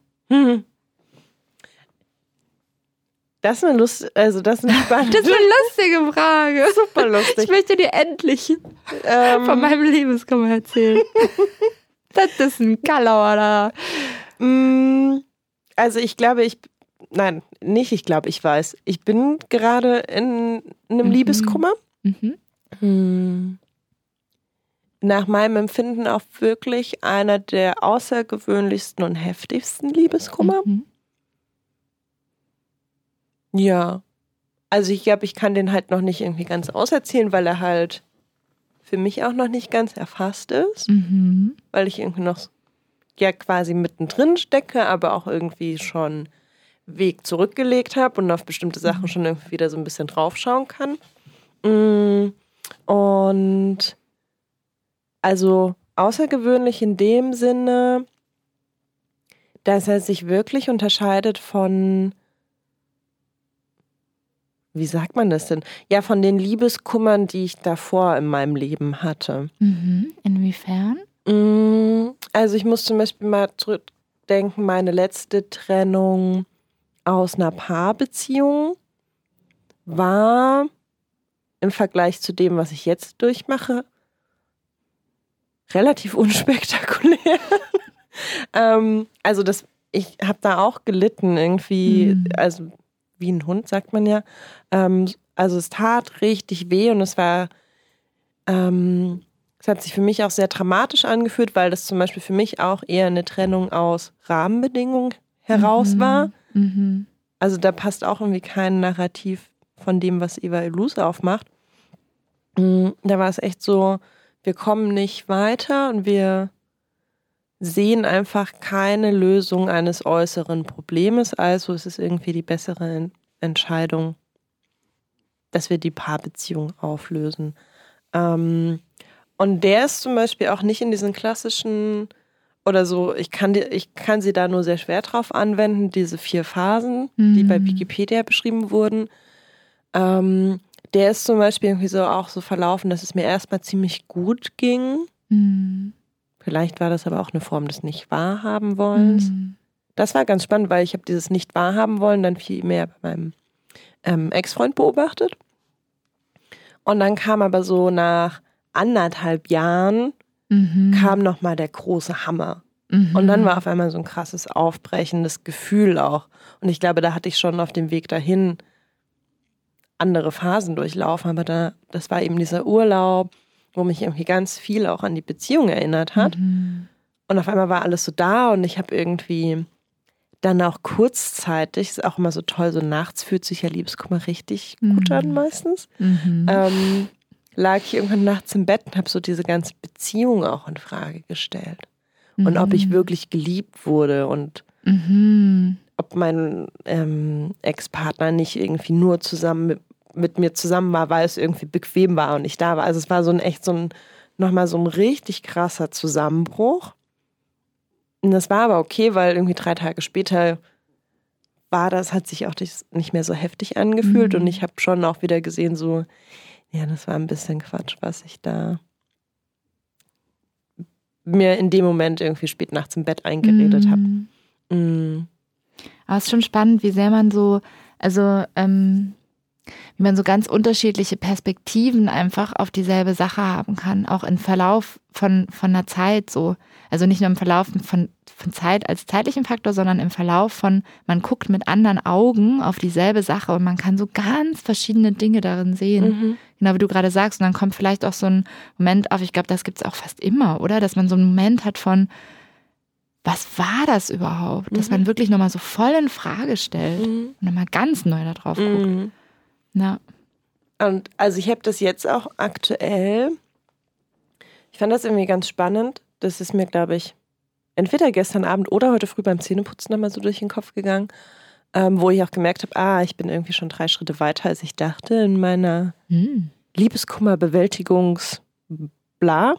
Das ist eine das ist eine spannende. Das ist eine lustige Frage. Super lustig. Ich möchte dir endlich von meinem Liebeskummer erzählen. Das ist ein Kalauer da. Also ich weiß. Ich bin gerade in einem Liebeskummer. Nach meinem Empfinden auch wirklich einer der außergewöhnlichsten und heftigsten Liebeskummer. Ja. Also ich glaube, ich kann den halt noch nicht irgendwie ganz auserzählen, weil er halt für mich auch noch nicht ganz erfasst ist. Weil ich irgendwie noch ja quasi mittendrin stecke, aber auch irgendwie schon Weg zurückgelegt habe und auf bestimmte Sachen schon irgendwie wieder so ein bisschen draufschauen kann. Und also außergewöhnlich in dem Sinne, dass er sich wirklich unterscheidet von, wie sagt man das denn? Ja, von den Liebeskummern, die ich davor in meinem Leben hatte. Inwiefern? Also ich muss zum Beispiel mal zurückdenken, meine letzte Trennung aus einer Paarbeziehung war im Vergleich zu dem, was ich jetzt durchmache, relativ unspektakulär. Also ich habe da auch gelitten irgendwie, also wie ein Hund, sagt man ja. Also es tat richtig weh und es war, es hat sich für mich auch sehr dramatisch angefühlt, weil das zum Beispiel für mich auch eher eine Trennung aus Rahmenbedingungen heraus war. Also da passt auch irgendwie kein Narrativ von dem, was Eva Illouz aufmacht. Da war es echt so, wir kommen nicht weiter und wir sehen einfach keine Lösung eines äußeren Problems. Also es ist irgendwie die bessere Entscheidung, dass wir die Paarbeziehung auflösen. Und der ist zum Beispiel auch nicht in diesen klassischen oder so, ich kann sie da nur sehr schwer drauf anwenden, diese 4 Phasen, die bei Wikipedia beschrieben wurden. Der ist zum Beispiel irgendwie so auch so verlaufen, dass es mir erstmal ziemlich gut ging. Vielleicht war das aber auch eine Form des Nicht-Wahrhaben-Wollens. Das war ganz spannend, weil ich habe dieses Nicht-Wahrhaben-Wollen dann viel mehr bei meinem Ex-Freund beobachtet. Und dann kam aber so nach 1,5 Jahren kam nochmal der große Hammer. Und dann war auf einmal so ein krasses, aufbrechendes Gefühl auch. Und ich glaube, da hatte ich schon auf dem Weg dahin andere Phasen durchlaufen. Aber das war eben dieser Urlaub, wo mich irgendwie ganz viel auch an die Beziehung erinnert hat. Und auf einmal war alles so da und ich habe irgendwie dann auch kurzzeitig, ist auch immer so toll, so nachts fühlt sich ja Liebeskummer richtig gut an meistens, lag ich irgendwann nachts im Bett und habe so diese ganze Beziehung auch in Frage gestellt. Und ob ich wirklich geliebt wurde und ob mein Ex-Partner nicht irgendwie nur zusammen mit mir zusammen war, weil es irgendwie bequem war und ich da war. Also es war nochmal so ein richtig krasser Zusammenbruch. Und das war aber okay, weil irgendwie 3 Tage später hat sich auch nicht mehr so heftig angefühlt und ich habe schon auch wieder gesehen, so, ja, das war ein bisschen Quatsch, was ich da mir in dem Moment irgendwie spät nachts im Bett eingeredet habe. Aber es ist schon spannend, wie sehr man so, also wie man so ganz unterschiedliche Perspektiven einfach auf dieselbe Sache haben kann, auch im Verlauf von einer Zeit so. Also nicht nur im Verlauf von Zeit als zeitlichen Faktor, sondern im Verlauf von, man guckt mit anderen Augen auf dieselbe Sache und man kann so ganz verschiedene Dinge darin sehen. Genau wie du gerade sagst. Und dann kommt vielleicht auch so ein Moment auf, ich glaube, das gibt es auch fast immer, oder? Dass man so einen Moment hat von, was war das überhaupt? Dass man wirklich nochmal so voll in Frage stellt und nochmal ganz neu da drauf guckt. Ja. Und also ich habe das jetzt auch aktuell, ich fand das irgendwie ganz spannend. Das ist mir, glaube ich, entweder gestern Abend oder heute früh beim Zähneputzen nochmal so durch den Kopf gegangen. wo ich auch gemerkt habe, ich bin irgendwie schon 3 Schritte weiter, als ich dachte in meiner Liebeskummer-Bewältigungs-Bla.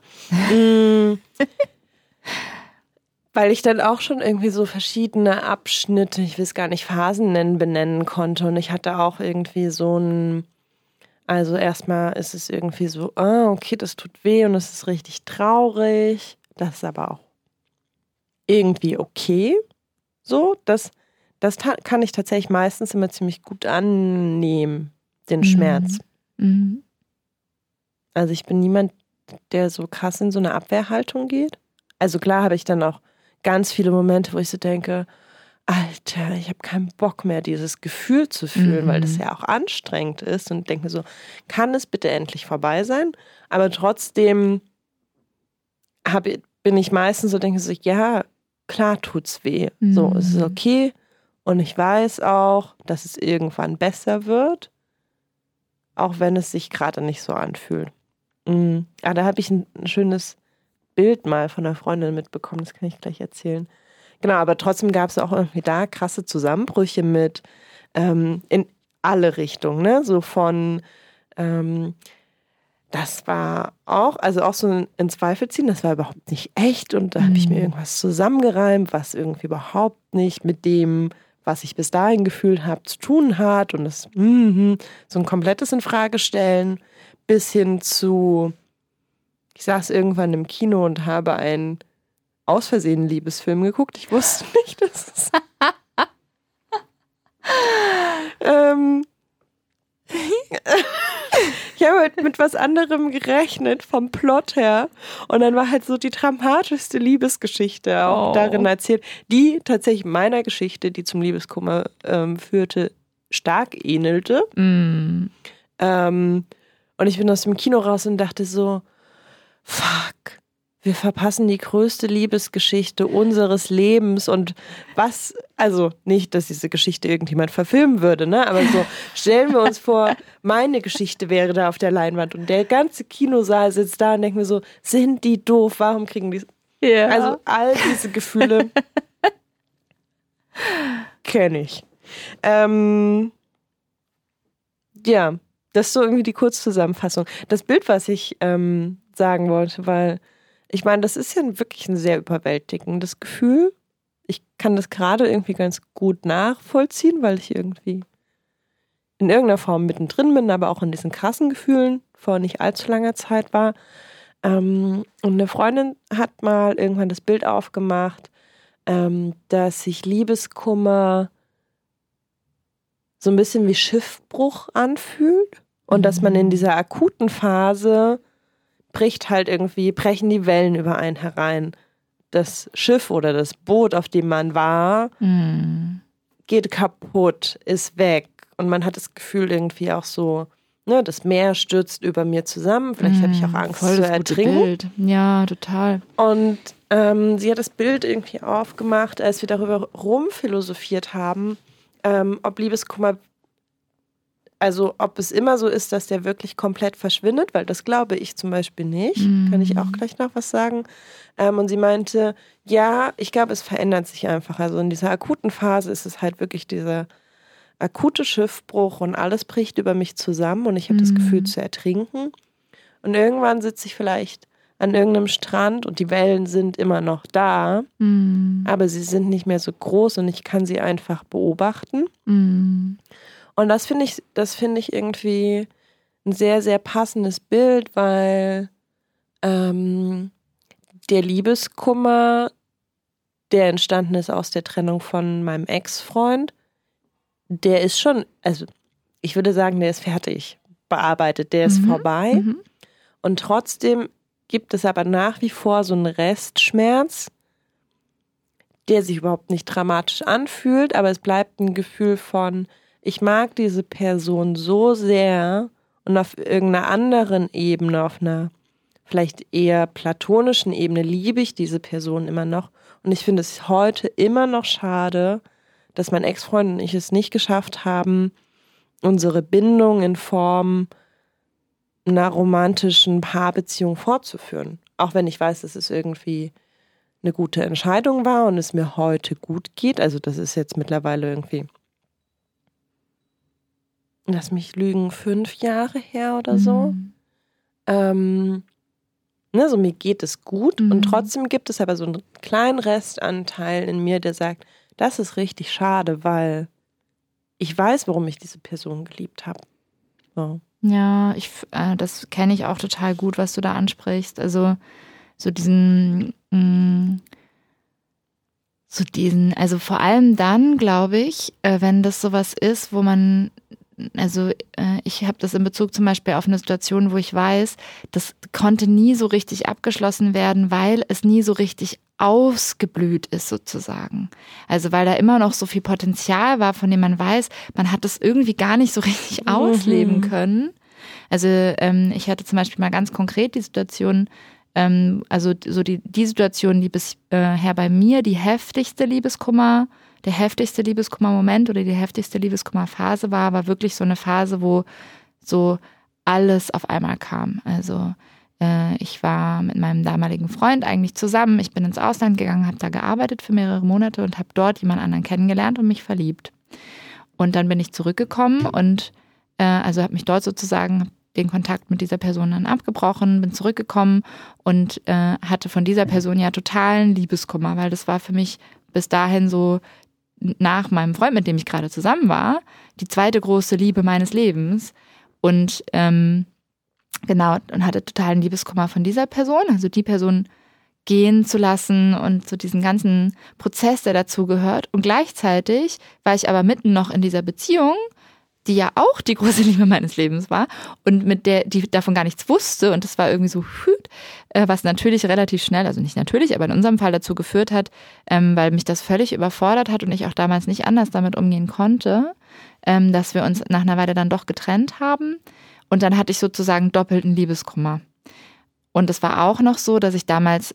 Weil ich dann auch schon irgendwie so verschiedene Abschnitte, ich will es gar nicht Phasen benennen konnte. Und ich hatte auch irgendwie also erstmal ist es irgendwie so, okay, das tut weh und es ist richtig traurig. Das ist aber auch irgendwie okay. So, das kann ich tatsächlich meistens immer ziemlich gut annehmen, den Schmerz. Mhm. Also ich bin niemand, der so krass in so eine Abwehrhaltung geht. Also klar habe ich dann auch ganz viele Momente, wo ich so denke, Alter, ich habe keinen Bock mehr, dieses Gefühl zu fühlen, weil das ja auch anstrengend ist und denke mir so, kann es bitte endlich vorbei sein? Aber trotzdem bin ich meistens so, denke so, ja, klar tut's weh. So, es ist okay und ich weiß auch, dass es irgendwann besser wird, auch wenn es sich gerade nicht so anfühlt. Da habe ich ein schönes Bild mal von einer Freundin mitbekommen, das kann ich gleich erzählen. Genau, aber trotzdem gab es auch irgendwie da krasse Zusammenbrüche mit in alle Richtungen, ne? So von das war auch so in Zweifel ziehen, das war überhaupt nicht echt und da habe ich mir irgendwas zusammengereimt, was irgendwie überhaupt nicht mit dem, was ich bis dahin gefühlt habe, zu tun hat und das so ein komplettes Infragestellen bis hin zu, ich saß irgendwann im Kino und habe einen aus Versehen Liebesfilm geguckt. Ich wusste nicht, dass es ich habe halt mit was anderem gerechnet vom Plot her und dann war halt so die dramatischste Liebesgeschichte auch darin erzählt, die tatsächlich meiner Geschichte, die zum Liebeskummer führte, stark ähnelte. Und ich bin aus dem Kino raus und dachte so, fuck, wir verpassen die größte Liebesgeschichte unseres Lebens und was, also nicht, dass diese Geschichte irgendjemand verfilmen würde, ne? Aber so stellen wir uns vor, meine Geschichte wäre da auf der Leinwand und der ganze Kinosaal sitzt da und denkt mir so, sind die doof, warum kriegen die... Ja. Also all diese Gefühle kenne ich. Ja, das ist so irgendwie die Kurzzusammenfassung. Das Bild, was ich sagen wollte, weil ich meine, das ist ja wirklich ein sehr überwältigendes Gefühl. Ich kann das gerade irgendwie ganz gut nachvollziehen, weil ich irgendwie in irgendeiner Form mittendrin bin, aber auch in diesen krassen Gefühlen vor nicht allzu langer Zeit war. Und eine Freundin hat mal irgendwann das Bild aufgemacht, dass sich Liebeskummer so ein bisschen wie Schiffbruch anfühlt und dass man in dieser akuten Phase brechen die Wellen über einen herein. Das Schiff oder das Boot, auf dem man war, geht kaputt, ist weg. Und man hat das Gefühl irgendwie auch so, ne, das Meer stürzt über mir zusammen. Vielleicht habe ich auch Angst zu ertrinken. Bild. Ja, total. Und sie hat das Bild irgendwie aufgemacht, als wir darüber rumphilosophiert haben, ob Liebeskummer, also ob es immer so ist, dass der wirklich komplett verschwindet, weil das glaube ich zum Beispiel nicht. Kann ich auch gleich noch was sagen. Und sie meinte, ja, ich glaube, es verändert sich einfach. Also in dieser akuten Phase ist es halt wirklich dieser akute Schiffbruch und alles bricht über mich zusammen und ich habe das Gefühl zu ertrinken. Und irgendwann sitze ich vielleicht an irgendeinem Strand und die Wellen sind immer noch da, aber sie sind nicht mehr so groß und ich kann sie einfach beobachten. Und das finde ich irgendwie ein sehr, sehr passendes Bild, weil der Liebeskummer, der entstanden ist aus der Trennung von meinem Ex-Freund, der ist schon, also ich würde sagen, der ist fertig bearbeitet, der ist vorbei. Und trotzdem gibt es aber nach wie vor so einen Restschmerz, der sich überhaupt nicht dramatisch anfühlt, aber es bleibt ein Gefühl von, ich mag diese Person so sehr und auf irgendeiner anderen Ebene, auf einer vielleicht eher platonischen Ebene liebe ich diese Person immer noch. Und ich finde es heute immer noch schade, dass mein Ex-Freund und ich es nicht geschafft haben, unsere Bindung in Form einer romantischen Paarbeziehung fortzuführen. Auch wenn ich weiß, dass es irgendwie eine gute Entscheidung war und es mir heute gut geht. Also das ist jetzt mittlerweile irgendwie lass mich lügen, 5 Jahre her oder so. So mir geht es gut und trotzdem gibt es aber so einen kleinen Restanteil in mir, der sagt, das ist richtig schade, weil ich weiß, warum ich diese Person geliebt habe. So. Ja, das kenne ich auch total gut, was du da ansprichst. Also so also vor allem dann, glaube ich, wenn das sowas ist, wo man, also ich habe das in Bezug zum Beispiel auf eine Situation, wo ich weiß, das konnte nie so richtig abgeschlossen werden, weil es nie so richtig ausgeblüht ist sozusagen. Also weil da immer noch so viel Potenzial war, von dem man weiß, man hat das irgendwie gar nicht so richtig ausleben können. Also ich hatte zum Beispiel mal ganz konkret die Situation, also so die Situation, die bisher bei mir der heftigste Liebeskummermoment oder die heftigste Liebeskummerphase war wirklich so eine Phase, wo so alles auf einmal kam. Also ich war mit meinem damaligen Freund eigentlich zusammen. Ich bin ins Ausland gegangen, habe da gearbeitet für mehrere Monate und habe dort jemand anderen kennengelernt und mich verliebt. Und dann bin ich zurückgekommen und also habe mich dort sozusagen den Kontakt mit dieser Person dann abgebrochen, bin zurückgekommen und hatte von dieser Person ja totalen Liebeskummer, weil das war für mich bis dahin so nach meinem Freund, mit dem ich gerade zusammen war, die zweite große Liebe meines Lebens. Und genau, und hatte totalen Liebeskummer von dieser Person, also die Person gehen zu lassen und so diesen ganzen Prozess, der dazu gehört. Und gleichzeitig war ich aber mitten noch in dieser Beziehung, die ja auch die große Liebe meines Lebens war und mit der, die davon gar nichts wusste. Und das war irgendwie so, was natürlich relativ schnell, also nicht natürlich, aber in unserem Fall dazu geführt hat, weil mich das völlig überfordert hat und ich auch damals nicht anders damit umgehen konnte, dass wir uns nach einer Weile dann doch getrennt haben. Und dann hatte ich sozusagen doppelten Liebeskummer. Und es war auch noch so, dass ich damals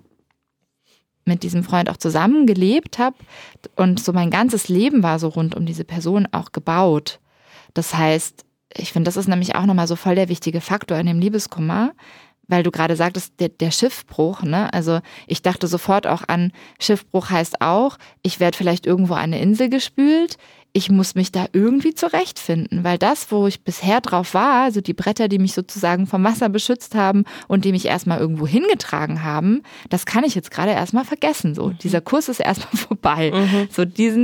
mit diesem Freund auch zusammengelebt habe und so mein ganzes Leben war so rund um diese Person auch gebaut. Das heißt, ich finde, das ist nämlich auch nochmal so voll der wichtige Faktor in dem Liebeskummer, weil du gerade sagtest, der Schiffbruch, ne? Also ich dachte sofort auch an, Schiffbruch heißt auch, ich werde vielleicht irgendwo an eine Insel gespült, ich muss mich da irgendwie zurechtfinden, weil das, wo ich bisher drauf war, also die Bretter, die mich sozusagen vom Wasser beschützt haben und die mich erstmal irgendwo hingetragen haben, das kann ich jetzt gerade erstmal vergessen. So, dieser Kurs ist erstmal vorbei. So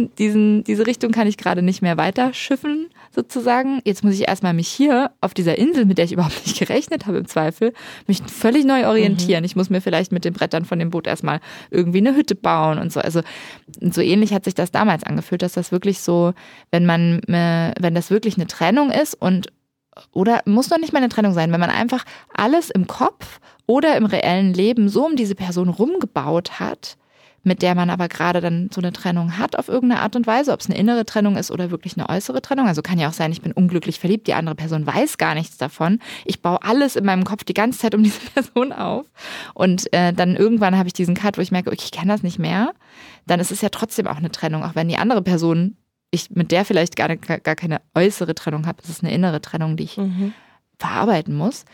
diese Richtung kann ich gerade nicht mehr weiter schiffen, sozusagen. Jetzt muss ich erstmal mich hier auf dieser Insel, mit der ich überhaupt nicht gerechnet habe im Zweifel, mich völlig neu orientieren. Ich muss mir vielleicht mit den Brettern von dem Boot erstmal irgendwie eine Hütte bauen und so. Also so ähnlich hat sich das damals angefühlt, dass das wirklich so, wenn das wirklich eine Trennung ist oder muss noch nicht mal eine Trennung sein, wenn man einfach alles im Kopf oder im reellen Leben so um diese Person rumgebaut hat, mit der man aber gerade dann so eine Trennung hat auf irgendeine Art und Weise, ob es eine innere Trennung ist oder wirklich eine äußere Trennung. Also kann ja auch sein, ich bin unglücklich verliebt, die andere Person weiß gar nichts davon. Ich baue alles in meinem Kopf die ganze Zeit um diese Person auf. Und dann irgendwann habe ich diesen Cut, wo ich merke, okay, ich kann das nicht mehr. Dann ist es ja trotzdem auch eine Trennung, auch wenn die andere Person, ich mit der vielleicht gar keine äußere Trennung habe. Das ist eine innere Trennung, die ich verarbeiten muss.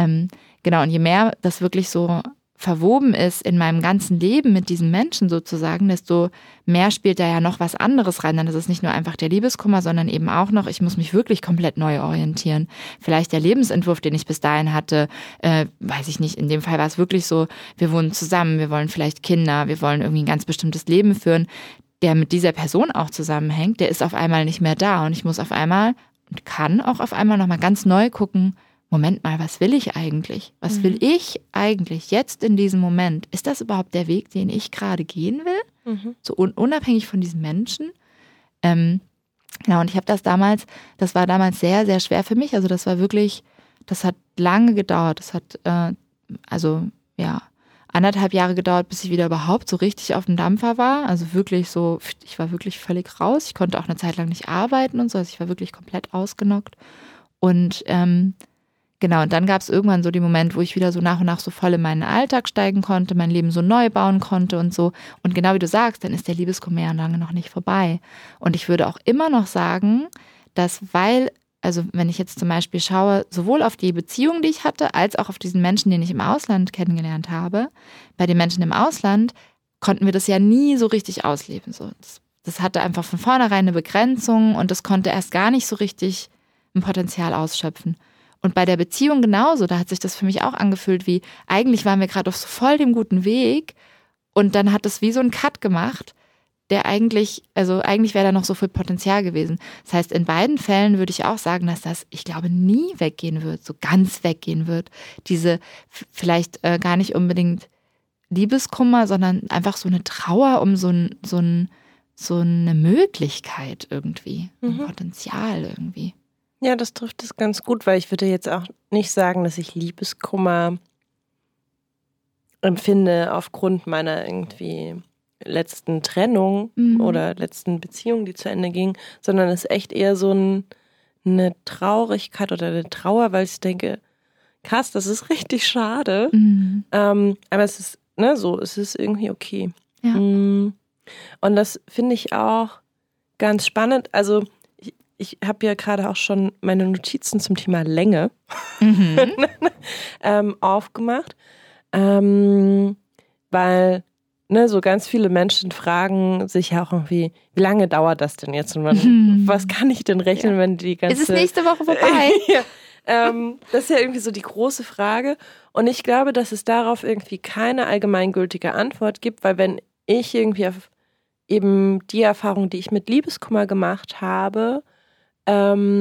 Genau, und je mehr das wirklich so verwoben ist in meinem ganzen Leben mit diesen Menschen sozusagen, desto mehr spielt da ja noch was anderes rein. Dann ist es nicht nur einfach der Liebeskummer, sondern eben auch noch, ich muss mich wirklich komplett neu orientieren. Vielleicht der Lebensentwurf, den ich bis dahin hatte, weiß ich nicht, in dem Fall war es wirklich so, wir wohnen zusammen, wir wollen vielleicht Kinder, wir wollen irgendwie ein ganz bestimmtes Leben führen, der mit dieser Person auch zusammenhängt, der ist auf einmal nicht mehr da und ich muss auf einmal und kann auch auf einmal nochmal ganz neu gucken, Moment mal, was will ich eigentlich? Was will ich eigentlich jetzt in diesem Moment? Ist das überhaupt der Weg, den ich gerade gehen will? So unabhängig von diesen Menschen? Genau, und ich habe das war damals sehr, sehr schwer für mich. Also das war wirklich, das hat lange gedauert. Das hat, 1,5 Jahre gedauert, bis ich wieder überhaupt so richtig auf dem Dampfer war. Also wirklich so, ich war wirklich völlig raus. Ich konnte auch eine Zeit lang nicht arbeiten und so. Also ich war wirklich komplett ausgenockt. Und genau, und dann gab es irgendwann so den Moment, wo ich wieder so nach und nach so voll in meinen Alltag steigen konnte, mein Leben so neu bauen konnte und so. Und genau wie du sagst, dann ist der Liebeskummer ja lange noch nicht vorbei. Und ich würde auch immer noch sagen, dass also wenn ich jetzt zum Beispiel schaue, sowohl auf die Beziehung, die ich hatte, als auch auf diesen Menschen, den ich im Ausland kennengelernt habe, bei den Menschen im Ausland konnten wir das ja nie so richtig ausleben. So, das hatte einfach von vornherein eine Begrenzung und das konnte erst gar nicht so richtig ein Potenzial ausschöpfen. Und bei der Beziehung genauso, da hat sich das für mich auch angefühlt wie, eigentlich waren wir gerade auf so voll dem guten Weg und dann hat es wie so einen Cut gemacht, der eigentlich wäre da noch so viel Potenzial gewesen. Das heißt, in beiden Fällen würde ich auch sagen, dass das, ich glaube, nie weggehen wird, so ganz weggehen wird. Diese vielleicht gar nicht unbedingt Liebeskummer, sondern einfach so eine Trauer um so eine Möglichkeit irgendwie, ein Potenzial irgendwie. Ja, das trifft es ganz gut, weil ich würde jetzt auch nicht sagen, dass ich Liebeskummer empfinde aufgrund meiner irgendwie letzten Trennung oder letzten Beziehung, die zu Ende ging, sondern es ist echt eher so eine Traurigkeit oder eine Trauer, weil ich denke, krass, das ist richtig schade. Aber es ist, es ist irgendwie okay. Ja. Und das finde ich auch ganz spannend. Also ich habe ja gerade auch schon meine Notizen zum Thema Länge aufgemacht, weil so ganz viele Menschen fragen sich ja auch irgendwie, wie lange dauert das denn jetzt? Und was kann ich denn rechnen, wenn die ganze... Ist es nächste Woche vorbei? Ja, das ist ja irgendwie so die große Frage. Und ich glaube, dass es darauf irgendwie keine allgemeingültige Antwort gibt, weil wenn ich irgendwie auf eben die Erfahrung, die ich mit Liebeskummer gemacht habe, die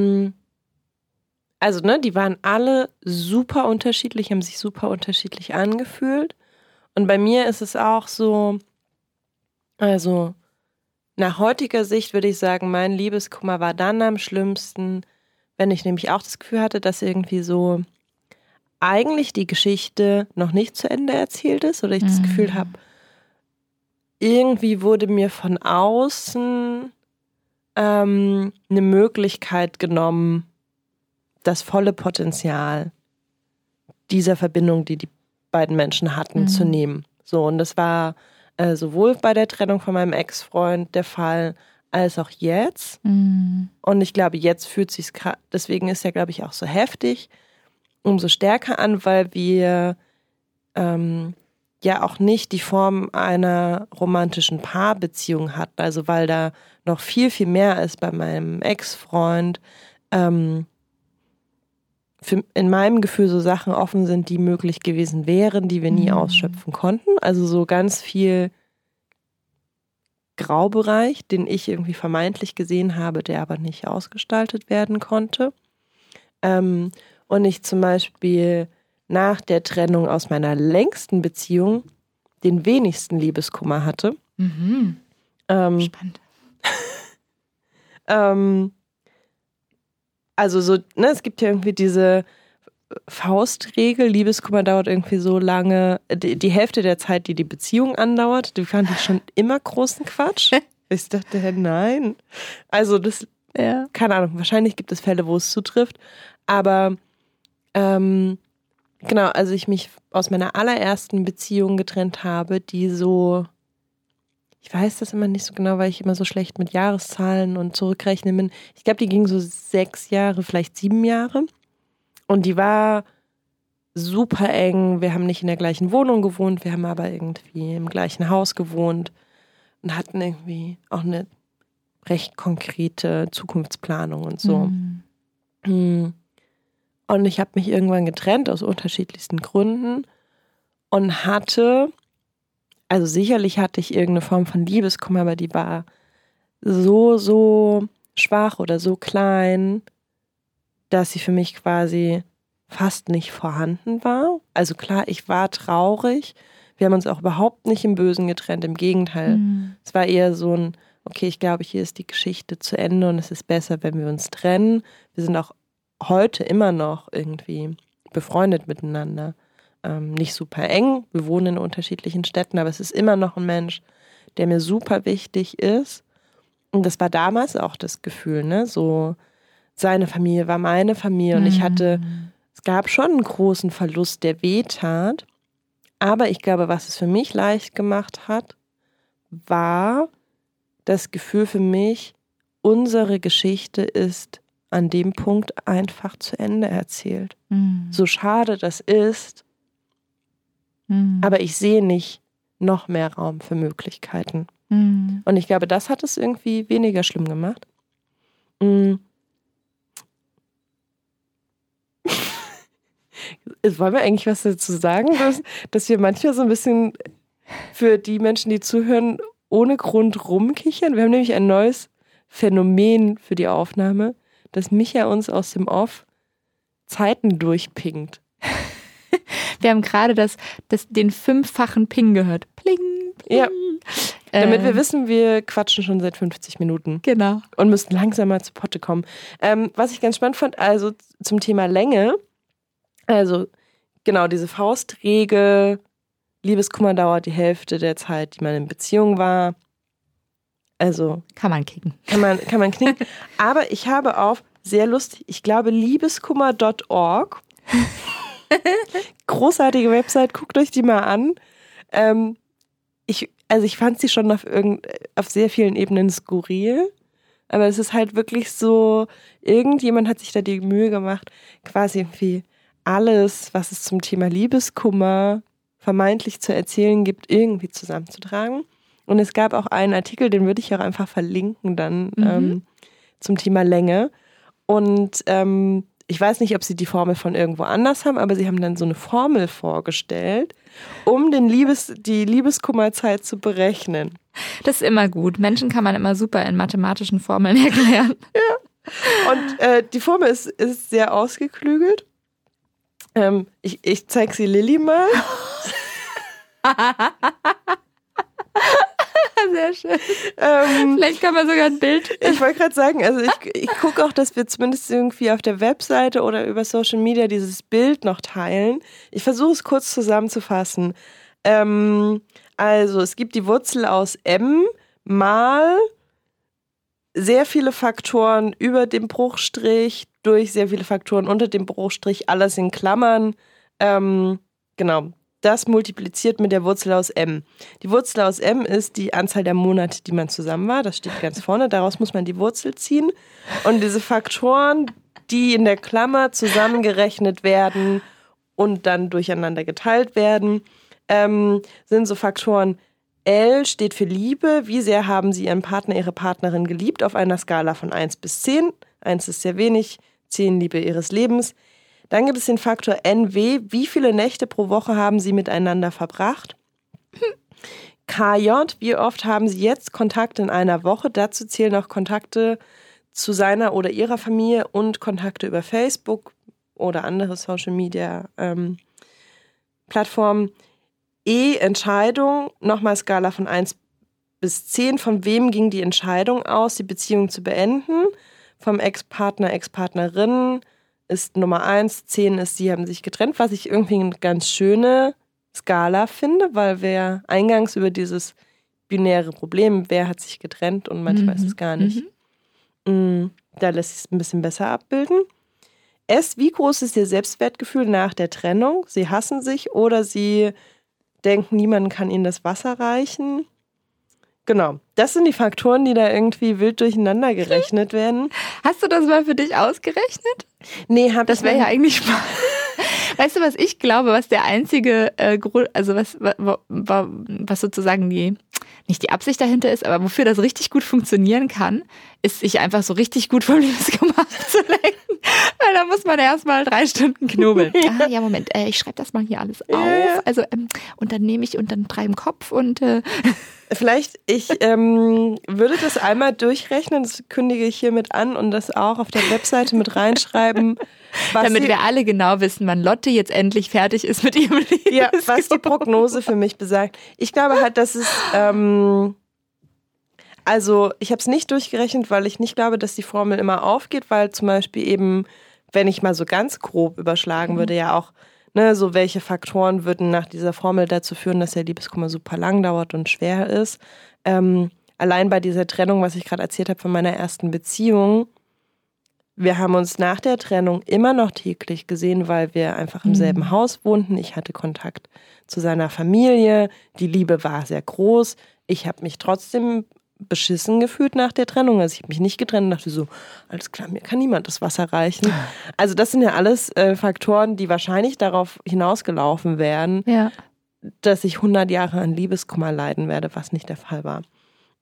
waren alle super unterschiedlich, haben sich super unterschiedlich angefühlt. Und bei mir ist es auch so, also nach heutiger Sicht würde ich sagen, mein Liebeskummer war dann am schlimmsten, wenn ich nämlich auch das Gefühl hatte, dass irgendwie so eigentlich die Geschichte noch nicht zu Ende erzählt ist oder ich das Gefühl habe, irgendwie wurde mir von außen eine Möglichkeit genommen, das volle Potenzial dieser Verbindung, die die beiden Menschen hatten, zu nehmen. So, und das war sowohl bei der Trennung von meinem Ex-Freund der Fall, als auch jetzt. Und ich glaube, jetzt fühlt sich's, deswegen ist ja, glaube ich, auch so heftig, umso stärker an, weil wir ja auch nicht die Form einer romantischen Paarbeziehung hatten. Also weil da noch viel, viel mehr ist bei meinem Ex-Freund. In meinem Gefühl so Sachen offen sind, die möglich gewesen wären, die wir nie ausschöpfen konnten. Also so ganz viel Graubereich, den ich irgendwie vermeintlich gesehen habe, der aber nicht ausgestaltet werden konnte. Und ich zum Beispiel nach der Trennung aus meiner längsten Beziehung den wenigsten Liebeskummer hatte. Spannend. Also so, es gibt ja irgendwie diese Faustregel, Liebeskummer dauert irgendwie so lange, die Hälfte der Zeit, die Beziehung andauert, die fand ich schon immer großen Quatsch. Ich dachte, nein. Also das, keine Ahnung, wahrscheinlich gibt es Fälle, wo es zutrifft, aber genau, also ich mich aus meiner allerersten Beziehung getrennt habe, die so, ich weiß das immer nicht so genau, weil ich immer so schlecht mit Jahreszahlen und Zurückrechnen bin. Ich glaube, die ging so 6 Jahre, vielleicht 7 Jahre. Und die war super eng. Wir haben nicht in der gleichen Wohnung gewohnt, wir haben aber irgendwie im gleichen Haus gewohnt und hatten irgendwie auch eine recht konkrete Zukunftsplanung und so. Und ich habe mich irgendwann getrennt aus unterschiedlichsten Gründen und hatte, also sicherlich hatte ich irgendeine Form von Liebeskummer, aber die war so schwach oder so klein, dass sie für mich quasi fast nicht vorhanden war. Also klar, ich war traurig. Wir haben uns auch überhaupt nicht im Bösen getrennt. Im Gegenteil. Es war eher so ein, okay, ich glaube, hier ist die Geschichte zu Ende und es ist besser, wenn wir uns trennen. Wir sind auch heute immer noch irgendwie befreundet miteinander. Nicht super eng. Wir wohnen in unterschiedlichen Städten, aber es ist immer noch ein Mensch, der mir super wichtig ist. Und das war damals auch das Gefühl, ne? So, seine Familie war meine Familie und es gab schon einen großen Verlust, der wehtat. Aber ich glaube, was es für mich leicht gemacht hat, war das Gefühl für mich, unsere Geschichte ist an dem Punkt einfach zu Ende erzählt. So schade das ist, aber ich sehe nicht noch mehr Raum für Möglichkeiten. Und ich glaube, das hat es irgendwie weniger schlimm gemacht. Wollen wir eigentlich was dazu sagen, dass wir manchmal so ein bisschen für die Menschen, die zuhören, ohne Grund rumkichern? Wir haben nämlich ein neues Phänomen für die Aufnahme, dass Micha uns aus dem Off Zeiten durchpingt. Wir haben gerade den 5-fachen Ping gehört. Pling, pling. Ja. Damit wir wissen, wir quatschen schon seit 50 Minuten. Genau. Und müssen langsam mal zu Potte kommen. Was ich ganz spannend fand, also zum Thema Länge, also genau diese Faustregel, Liebeskummer dauert die Hälfte der Zeit, die man in Beziehung war. Also kann man kicken. Kann man knicken. Aber ich habe auf, sehr lustig, ich glaube liebeskummer.org. Großartige Website, guckt euch die mal an. Ich fand sie schon auf sehr vielen Ebenen skurril, aber es ist halt wirklich so, irgendjemand hat sich da die Mühe gemacht, quasi irgendwie alles, was es zum Thema Liebeskummer vermeintlich zu erzählen gibt, irgendwie zusammenzutragen. Und es gab auch einen Artikel, den würde ich auch einfach verlinken dann zum Thema Länge. Und ich weiß nicht, ob sie die Formel von irgendwo anders haben, aber sie haben dann so eine Formel vorgestellt, um die Liebeskummerzeit zu berechnen. Das ist immer gut. Menschen kann man immer super in mathematischen Formeln erklären. Ja. Und die Formel ist sehr ausgeklügelt. Ich zeige sie Lilly mal. Sehr schön. Vielleicht kann man sogar ein Bild. Ich wollte gerade sagen, also ich gucke auch, dass wir zumindest irgendwie auf der Webseite oder über Social Media dieses Bild noch teilen. Ich versuche es kurz zusammenzufassen. Also es gibt die Wurzel aus M mal sehr viele Faktoren über dem Bruchstrich durch sehr viele Faktoren unter dem Bruchstrich, alles in Klammern. Genau. Das multipliziert mit der Wurzel aus M. Die Wurzel aus M ist die Anzahl der Monate, die man zusammen war. Das steht ganz vorne. Daraus muss man die Wurzel ziehen. Und diese Faktoren, die in der Klammer zusammengerechnet werden und dann durcheinander geteilt werden, sind so Faktoren. L steht für Liebe. Wie sehr haben Sie Ihren Partner, Ihre Partnerin geliebt? Auf einer Skala von 1 bis 10. 1 ist sehr wenig, 10 Liebe Ihres Lebens. Dann gibt es den Faktor NW. Wie viele Nächte pro Woche haben Sie miteinander verbracht? KJ. Wie oft haben Sie jetzt Kontakt in einer Woche? Dazu zählen auch Kontakte zu seiner oder ihrer Familie und Kontakte über Facebook oder andere Social Media Plattformen. E. Entscheidung. Nochmal Skala von 1 bis 10. Von wem ging die Entscheidung aus, die Beziehung zu beenden? Vom Ex-Partner, Ex-Partnerin ist Nummer 1, 10 ist, sie haben sich getrennt, was ich irgendwie eine ganz schöne Skala finde, weil wir eingangs über dieses binäre Problem, wer hat sich getrennt und manchmal ist es gar nicht. Da lässt sich es ein bisschen besser abbilden. S, wie groß ist ihr Selbstwertgefühl nach der Trennung? Sie hassen sich oder sie denken, niemand kann ihnen das Wasser reichen? Genau, das sind die Faktoren, die da irgendwie wild durcheinander gerechnet werden. Hast du das mal für dich ausgerechnet? Nee, das wäre ja eigentlich spannend. Weißt du, was ich glaube, was der einzige Grund, also was sozusagen nicht die Absicht dahinter ist, aber wofür das richtig gut funktionieren kann, ist, sich einfach so richtig gut vom Liebeskummer abzulenken. Weil da muss man erstmal 3 Stunden knobeln. Ja, Moment, ich schreibe das mal hier alles auf. Ja. Also, und dann nehme ich und dann 3 im Kopf und vielleicht, ich würde das einmal durchrechnen, das kündige ich hiermit an und das auch auf der Webseite mit reinschreiben. Damit wir alle genau wissen, wann Lotte jetzt endlich fertig ist mit ihrem Leben. Ja, was die Prognose für mich besagt. Ich glaube halt, dass es, also ich habe es nicht durchgerechnet, weil ich nicht glaube, dass die Formel immer aufgeht, weil zum Beispiel eben, wenn ich mal so ganz grob überschlagen würde, ja auch, ne, so welche Faktoren würden nach dieser Formel dazu führen, dass der Liebeskummer super lang dauert und schwer ist. Allein bei dieser Trennung, was ich gerade erzählt habe von meiner ersten Beziehung, wir haben uns nach der Trennung immer noch täglich gesehen, weil wir einfach im selben Haus wohnten. Ich hatte Kontakt zu seiner Familie. Die Liebe war sehr groß. Ich habe mich trotzdem beschissen gefühlt nach der Trennung. Also ich habe mich nicht getrennt und dachte so, alles klar, mir kann niemand das Wasser reichen. Also das sind ja alles Faktoren, die wahrscheinlich darauf hinausgelaufen wären, dass ich 100 Jahre an Liebeskummer leiden werde, was nicht der Fall war.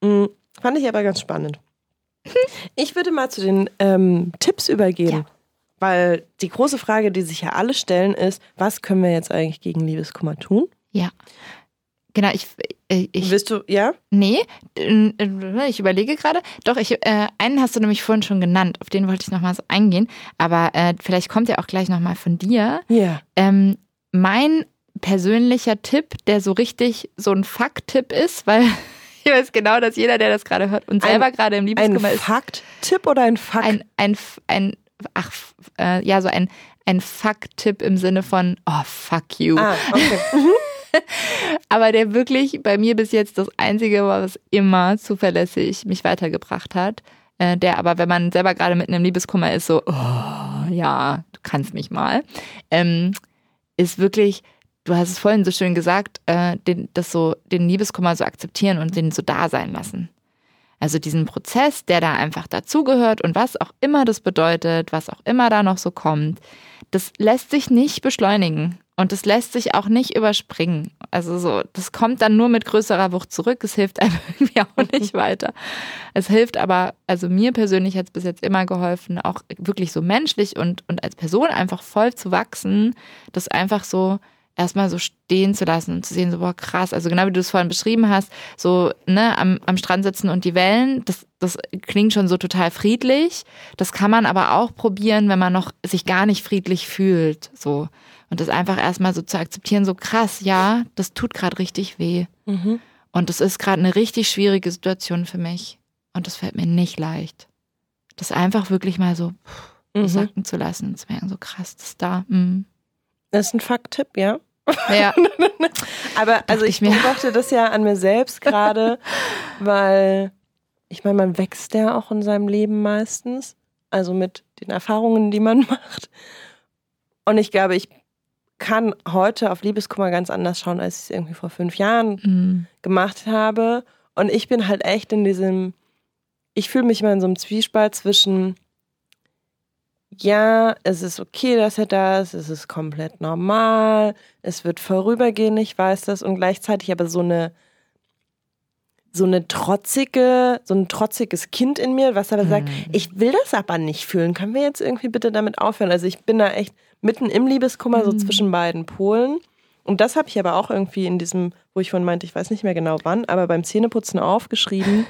Fand ich aber ganz spannend. Ich würde mal zu den Tipps übergehen. Weil die große Frage, die sich ja alle stellen, ist, was können wir jetzt eigentlich gegen Liebeskummer tun? Ja. Genau, Willst du, ja? Nee, ich überlege gerade. Doch, einen hast du nämlich vorhin schon genannt, auf den wollte ich nochmal so eingehen. Aber vielleicht kommt ja auch gleich nochmal von dir. Ja. Mein persönlicher Tipp, der so richtig so ein Fuck-Tipp ist, weil ich weiß genau, dass jeder, der das gerade hört und selber gerade im Liebeskummer ist. Ein Fakt-Tipp oder ein Fuck? Ein Fuck-Tipp im Sinne von, oh, fuck you. Ah, okay. Aber der wirklich bei mir bis jetzt das Einzige war, was immer zuverlässig mich weitergebracht hat. Der aber, wenn man selber gerade mitten im Liebeskummer ist, so, oh, ja, du kannst mich mal, ist wirklich, du hast es vorhin so schön gesagt, den Liebeskummer so akzeptieren und den so da sein lassen. Also diesen Prozess, der da einfach dazugehört und was auch immer das bedeutet, was auch immer da noch so kommt, das lässt sich nicht beschleunigen. Und das lässt sich auch nicht überspringen. Also so, das kommt dann nur mit größerer Wucht zurück. Es hilft einem irgendwie auch nicht weiter. Es hilft aber, also mir persönlich hat es bis jetzt immer geholfen, auch wirklich so menschlich und als Person einfach voll zu wachsen, das einfach so erstmal so stehen zu lassen und zu sehen, so, boah, krass. Also genau wie du es vorhin beschrieben hast, so, ne, am Strand sitzen und die Wellen, das klingt schon so total friedlich. Das kann man aber auch probieren, wenn man noch sich gar nicht friedlich fühlt, so. Und das einfach erstmal so zu akzeptieren, so krass, ja, das tut gerade richtig weh. Mhm. Und das ist gerade eine richtig schwierige Situation für mich. Und das fällt mir nicht leicht. Das einfach wirklich mal so sacken zu lassen und zu merken, so krass, das ist da. Das ist ein Fakt-Tipp, ja. Ja. Aber also ich beobachte das ja an mir selbst gerade, weil ich meine, man wächst ja auch in seinem Leben meistens. Also mit den Erfahrungen, die man macht. Und ich glaube, ich kann heute auf Liebeskummer ganz anders schauen, als ich es irgendwie vor 5 Jahren gemacht habe. Und ich bin halt echt ich fühle mich immer in so einem Zwiespalt zwischen, ja, es ist okay, dass er da ist, es ist komplett normal, es wird vorübergehen, ich weiß das, und gleichzeitig aber so ein trotziges Kind in mir, was aber sagt, ich will das aber nicht fühlen, können wir jetzt irgendwie bitte damit aufhören? Also ich bin da echt mitten im Liebeskummer, so zwischen beiden Polen. Und das habe ich aber auch irgendwie in diesem, wo ich vorhin meinte, ich weiß nicht mehr genau wann, aber beim Zähneputzen aufgeschrieben.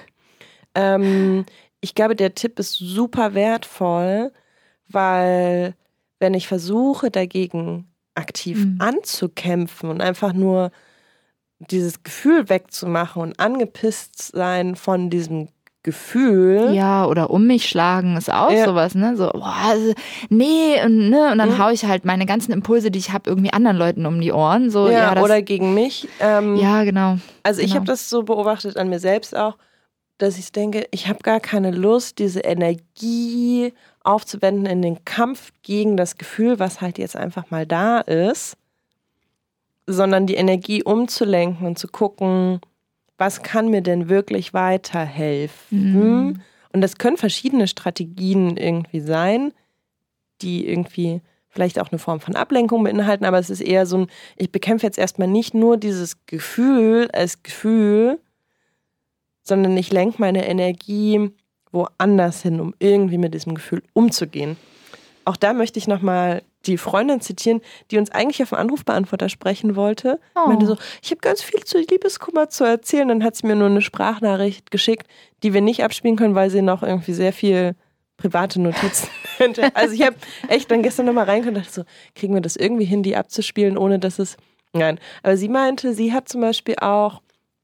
Ich glaube, der Tipp ist super wertvoll, weil wenn ich versuche, dagegen aktiv anzukämpfen und einfach nur dieses Gefühl wegzumachen und angepisst sein von diesem Gefühl. Ja, oder um mich schlagen ist auch sowas, ne? So, boah, nee, und dann haue ich halt meine ganzen Impulse, die ich habe, irgendwie anderen Leuten um die Ohren. So, oder gegen mich. Ja, genau. Also ich habe das so beobachtet an mir selbst auch, dass ich denke, ich habe gar keine Lust, diese Energie aufzuwenden in den Kampf gegen das Gefühl, was halt jetzt einfach mal da ist, sondern die Energie umzulenken und zu gucken, was kann mir denn wirklich weiterhelfen? Und das können verschiedene Strategien irgendwie sein, die irgendwie vielleicht auch eine Form von Ablenkung beinhalten, aber es ist eher so ich bekämpfe jetzt erstmal nicht nur dieses Gefühl als Gefühl, sondern ich lenke meine Energie woanders hin, um irgendwie mit diesem Gefühl umzugehen. Auch da möchte ich nochmal die Freundin zitieren, die uns eigentlich auf dem Anrufbeantworter sprechen wollte. Oh. Ich meinte so, ich habe ganz viel zu Liebeskummer zu erzählen. Dann hat sie mir nur eine Sprachnachricht geschickt, die wir nicht abspielen können, weil sie noch irgendwie sehr viel private Notizen hätte. Also ich habe echt dann gestern nochmal reingekommen und dachte so, kriegen wir das irgendwie hin, die abzuspielen, ohne dass es... Nein. Aber sie meinte, sie hat zum Beispiel auch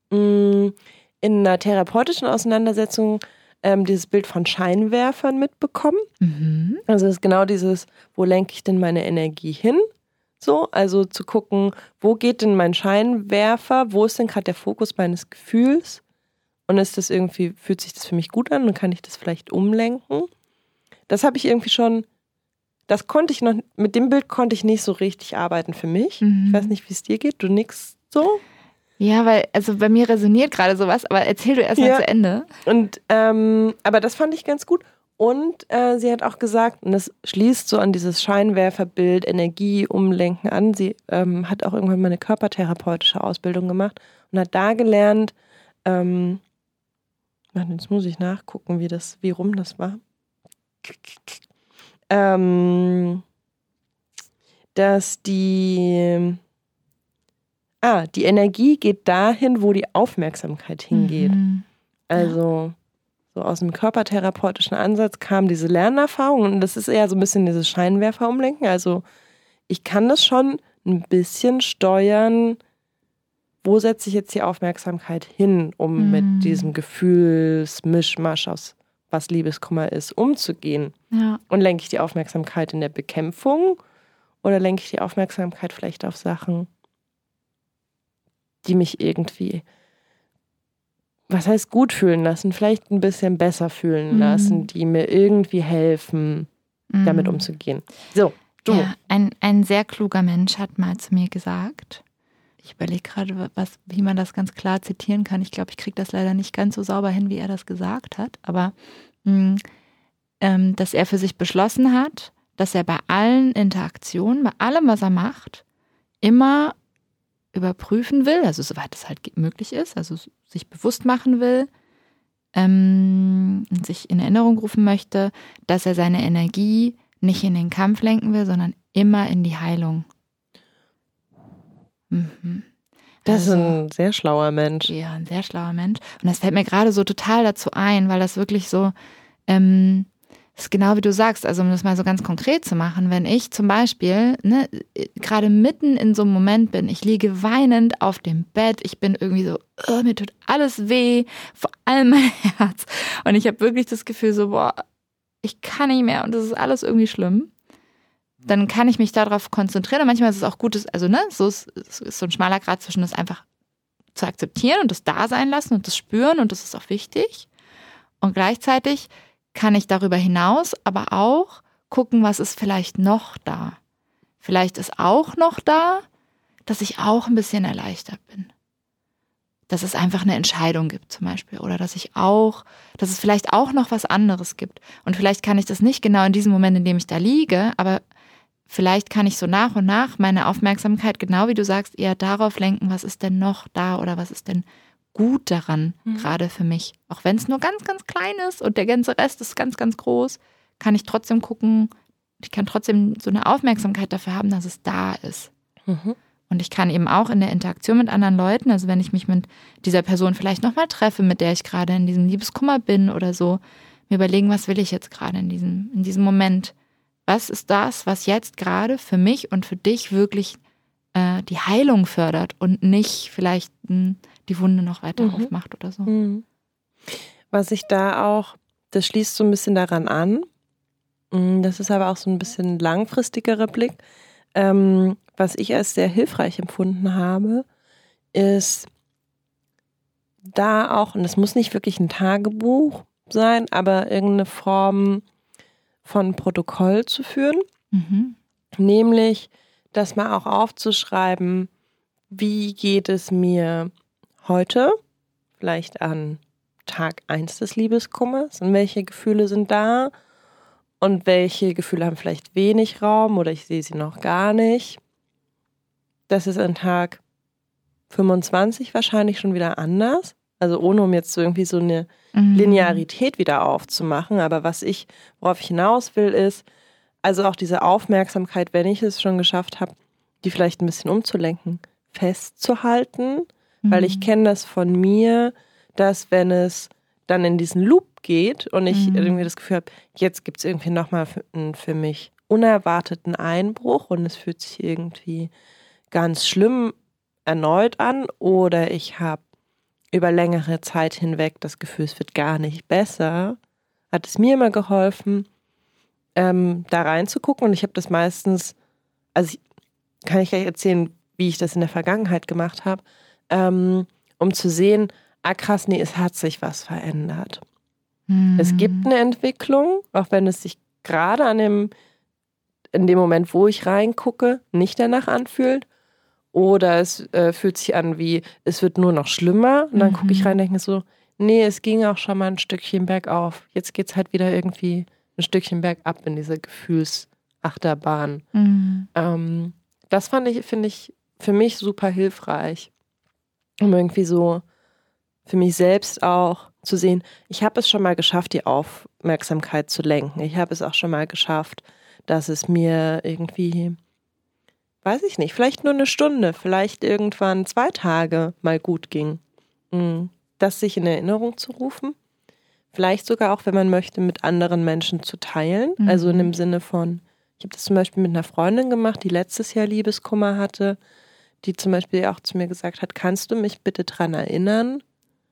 in einer therapeutischen Auseinandersetzung dieses Bild von Scheinwerfern mitbekommen. Mhm. Also es ist genau dieses, wo lenke ich denn meine Energie hin? So, also zu gucken, wo geht denn mein Scheinwerfer? Wo ist denn gerade der Fokus meines Gefühls? Und ist das irgendwie, fühlt sich das für mich gut an und kann ich das vielleicht umlenken? Das habe ich irgendwie schon, das konnte ich noch, mit dem Bild konnte ich nicht so richtig arbeiten für mich. Mhm. Ich weiß nicht, wie es dir geht, du nix so? Ja, weil, also bei mir resoniert gerade sowas, aber erzähl du erst mal zu Ende. Und, aber das fand ich ganz gut. Und sie hat auch gesagt, und das schließt so an dieses Scheinwerferbild, Energie umlenken an. Sie hat auch irgendwann mal eine körpertherapeutische Ausbildung gemacht und hat da gelernt, jetzt muss ich nachgucken, wie rum das war. dass die Energie geht dahin, wo die Aufmerksamkeit hingeht. Also so aus dem körpertherapeutischen Ansatz kam diese Lernerfahrung und das ist eher so ein bisschen dieses Scheinwerfer-Umlenken. Also ich kann das schon ein bisschen steuern, wo setze ich jetzt die Aufmerksamkeit hin, um mit diesem Gefühlsmischmasch aus was Liebeskummer ist, umzugehen. Ja. Und lenke ich die Aufmerksamkeit in der Bekämpfung oder lenke ich die Aufmerksamkeit vielleicht auf Sachen, die mich irgendwie, was heißt gut fühlen lassen, vielleicht ein bisschen besser fühlen lassen, die mir irgendwie helfen, damit umzugehen. So, du. Ja, ein sehr kluger Mensch hat mal zu mir gesagt, ich überlege gerade, wie man das ganz klar zitieren kann. Ich glaube, ich kriege das leider nicht ganz so sauber hin, wie er das gesagt hat, aber dass er für sich beschlossen hat, dass er bei allen Interaktionen, bei allem, was er macht, immer überprüfen will, also soweit es halt möglich ist, also sich bewusst machen will, und sich in Erinnerung rufen möchte, dass er seine Energie nicht in den Kampf lenken will, sondern immer in die Heilung. Das ist ein sehr schlauer Mensch. Ja, ein sehr schlauer Mensch. Und das fällt mir gerade so total dazu ein, weil das wirklich so, ist genau wie du sagst, also um das mal so ganz konkret zu machen, wenn ich zum Beispiel gerade mitten in so einem Moment bin, ich liege weinend auf dem Bett, ich bin irgendwie so, mir tut alles weh, vor allem mein Herz. Und ich habe wirklich das Gefühl so, boah, ich kann nicht mehr und das ist alles irgendwie schlimm. Dann kann ich mich darauf konzentrieren und manchmal ist es auch gut, also so ist so ein schmaler Grat zwischen das einfach zu akzeptieren und das da sein lassen und das spüren und das ist auch wichtig. Und gleichzeitig kann ich darüber hinaus aber auch gucken, was ist vielleicht noch da. Vielleicht ist auch noch da, dass ich auch ein bisschen erleichtert bin. Dass es einfach eine Entscheidung gibt zum Beispiel oder dass es vielleicht auch noch was anderes gibt. Und vielleicht kann ich das nicht genau in diesem Moment, in dem ich da liege, aber vielleicht kann ich so nach und nach meine Aufmerksamkeit, genau wie du sagst, eher darauf lenken, was ist denn noch da oder was ist denn gut daran, gerade für mich. Auch wenn es nur ganz, ganz klein ist und der ganze Rest ist ganz, ganz groß, kann ich trotzdem gucken, ich kann trotzdem so eine Aufmerksamkeit dafür haben, dass es da ist. Und ich kann eben auch in der Interaktion mit anderen Leuten, also wenn ich mich mit dieser Person vielleicht nochmal treffe, mit der ich gerade in diesem Liebeskummer bin oder so, mir überlegen, was will ich jetzt gerade in diesem Moment? Was ist das, was jetzt gerade für mich und für dich wirklich die Heilung fördert und nicht vielleicht die Wunde noch weiter aufmacht oder so. Was ich da auch, das schließt so ein bisschen daran an, das ist aber auch so ein bisschen langfristigerer Blick, was ich als sehr hilfreich empfunden habe, ist da auch, und es muss nicht wirklich ein Tagebuch sein, aber irgendeine Form von Protokoll zu führen, nämlich das mal auch aufzuschreiben, wie geht es mir heute, vielleicht an Tag 1 des Liebeskummers und welche Gefühle sind da und welche Gefühle haben vielleicht wenig Raum oder ich sehe sie noch gar nicht. Das ist an Tag 25 wahrscheinlich schon wieder anders, also ohne um jetzt irgendwie so eine Linearität wieder aufzumachen, aber worauf ich hinaus will, ist, also auch diese Aufmerksamkeit, wenn ich es schon geschafft habe, die vielleicht ein bisschen umzulenken, festzuhalten, weil ich kenne das von mir, dass wenn es dann in diesen Loop geht und ich irgendwie das Gefühl habe, jetzt gibt es irgendwie nochmal für mich unerwarteten Einbruch und es fühlt sich irgendwie ganz schlimm erneut an oder ich habe über längere Zeit hinweg das Gefühl, es wird gar nicht besser, hat es mir immer geholfen, da reinzugucken und ich habe das meistens, kann ich gleich erzählen, wie ich das in der Vergangenheit gemacht habe, um zu sehen, krass, nee, es hat sich was verändert. Es gibt eine Entwicklung, auch wenn es sich gerade in dem Moment, wo ich reingucke, nicht danach anfühlt oder es fühlt sich an wie, es wird nur noch schlimmer und dann gucke ich rein und denke so, nee, es ging auch schon mal ein Stückchen bergauf. Jetzt geht es halt wieder irgendwie ein Stückchen bergab in dieser Gefühlsachterbahn. Das finde ich für mich super hilfreich, um irgendwie so für mich selbst auch zu sehen, ich habe es schon mal geschafft, die Aufmerksamkeit zu lenken. Ich habe es auch schon mal geschafft, dass es mir irgendwie, weiß ich nicht, vielleicht nur eine Stunde, vielleicht irgendwann 2 Tage mal gut ging. Das sich in Erinnerung zu rufen. Vielleicht sogar auch, wenn man möchte, mit anderen Menschen zu teilen. Also in dem Sinne von, ich habe das zum Beispiel mit einer Freundin gemacht, die letztes Jahr Liebeskummer hatte, die zum Beispiel auch zu mir gesagt hat, kannst du mich bitte dran erinnern,